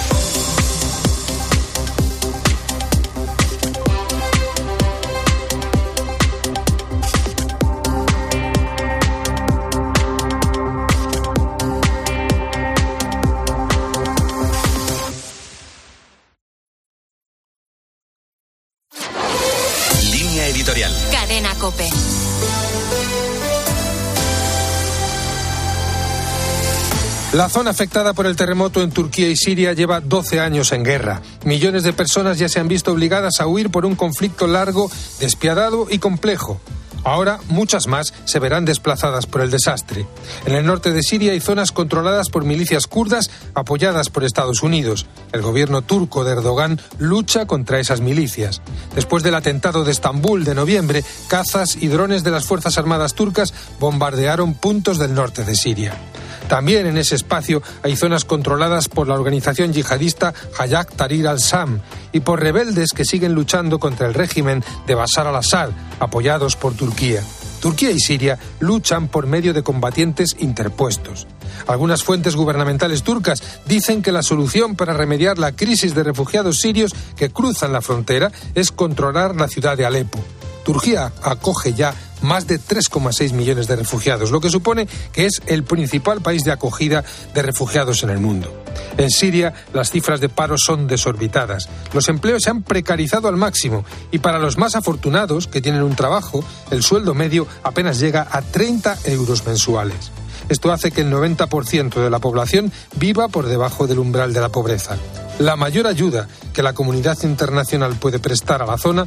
Speaker 2: Línea editorial.
Speaker 4: Cadena COPE.
Speaker 3: La zona afectada por el terremoto en Turquía y Siria lleva doce años en guerra. Millones de personas ya se han visto obligadas a huir por un conflicto largo, despiadado y complejo. Ahora, muchas más se verán desplazadas por el desastre. En el norte de Siria hay zonas controladas por milicias kurdas apoyadas por Estados Unidos. El gobierno turco de Erdogan lucha contra esas milicias. Después del atentado de Estambul de noviembre, cazas y drones de las Fuerzas Armadas turcas bombardearon puntos del norte de Siria. También en ese espacio hay zonas controladas por la organización yihadista Hayat Tahrir al-Sham y por rebeldes que siguen luchando contra el régimen de Bashar al-Assad, apoyados por Turquía. Turquía y Siria luchan por medio de combatientes interpuestos. Algunas fuentes gubernamentales turcas dicen que la solución para remediar la crisis de refugiados sirios que cruzan la frontera es controlar la ciudad de Alepo. Turquía acoge ya más de tres coma seis millones de refugiados, lo que supone que es el principal país de acogida de refugiados en el mundo. En Siria, las cifras de paro son desorbitadas. Los empleos se han precarizado al máximo y para los más afortunados, que tienen un trabajo, el sueldo medio apenas llega a treinta euros mensuales. Esto hace que el noventa por ciento de la población viva por debajo del umbral de la pobreza. La mayor ayuda que la comunidad internacional puede prestar a la zona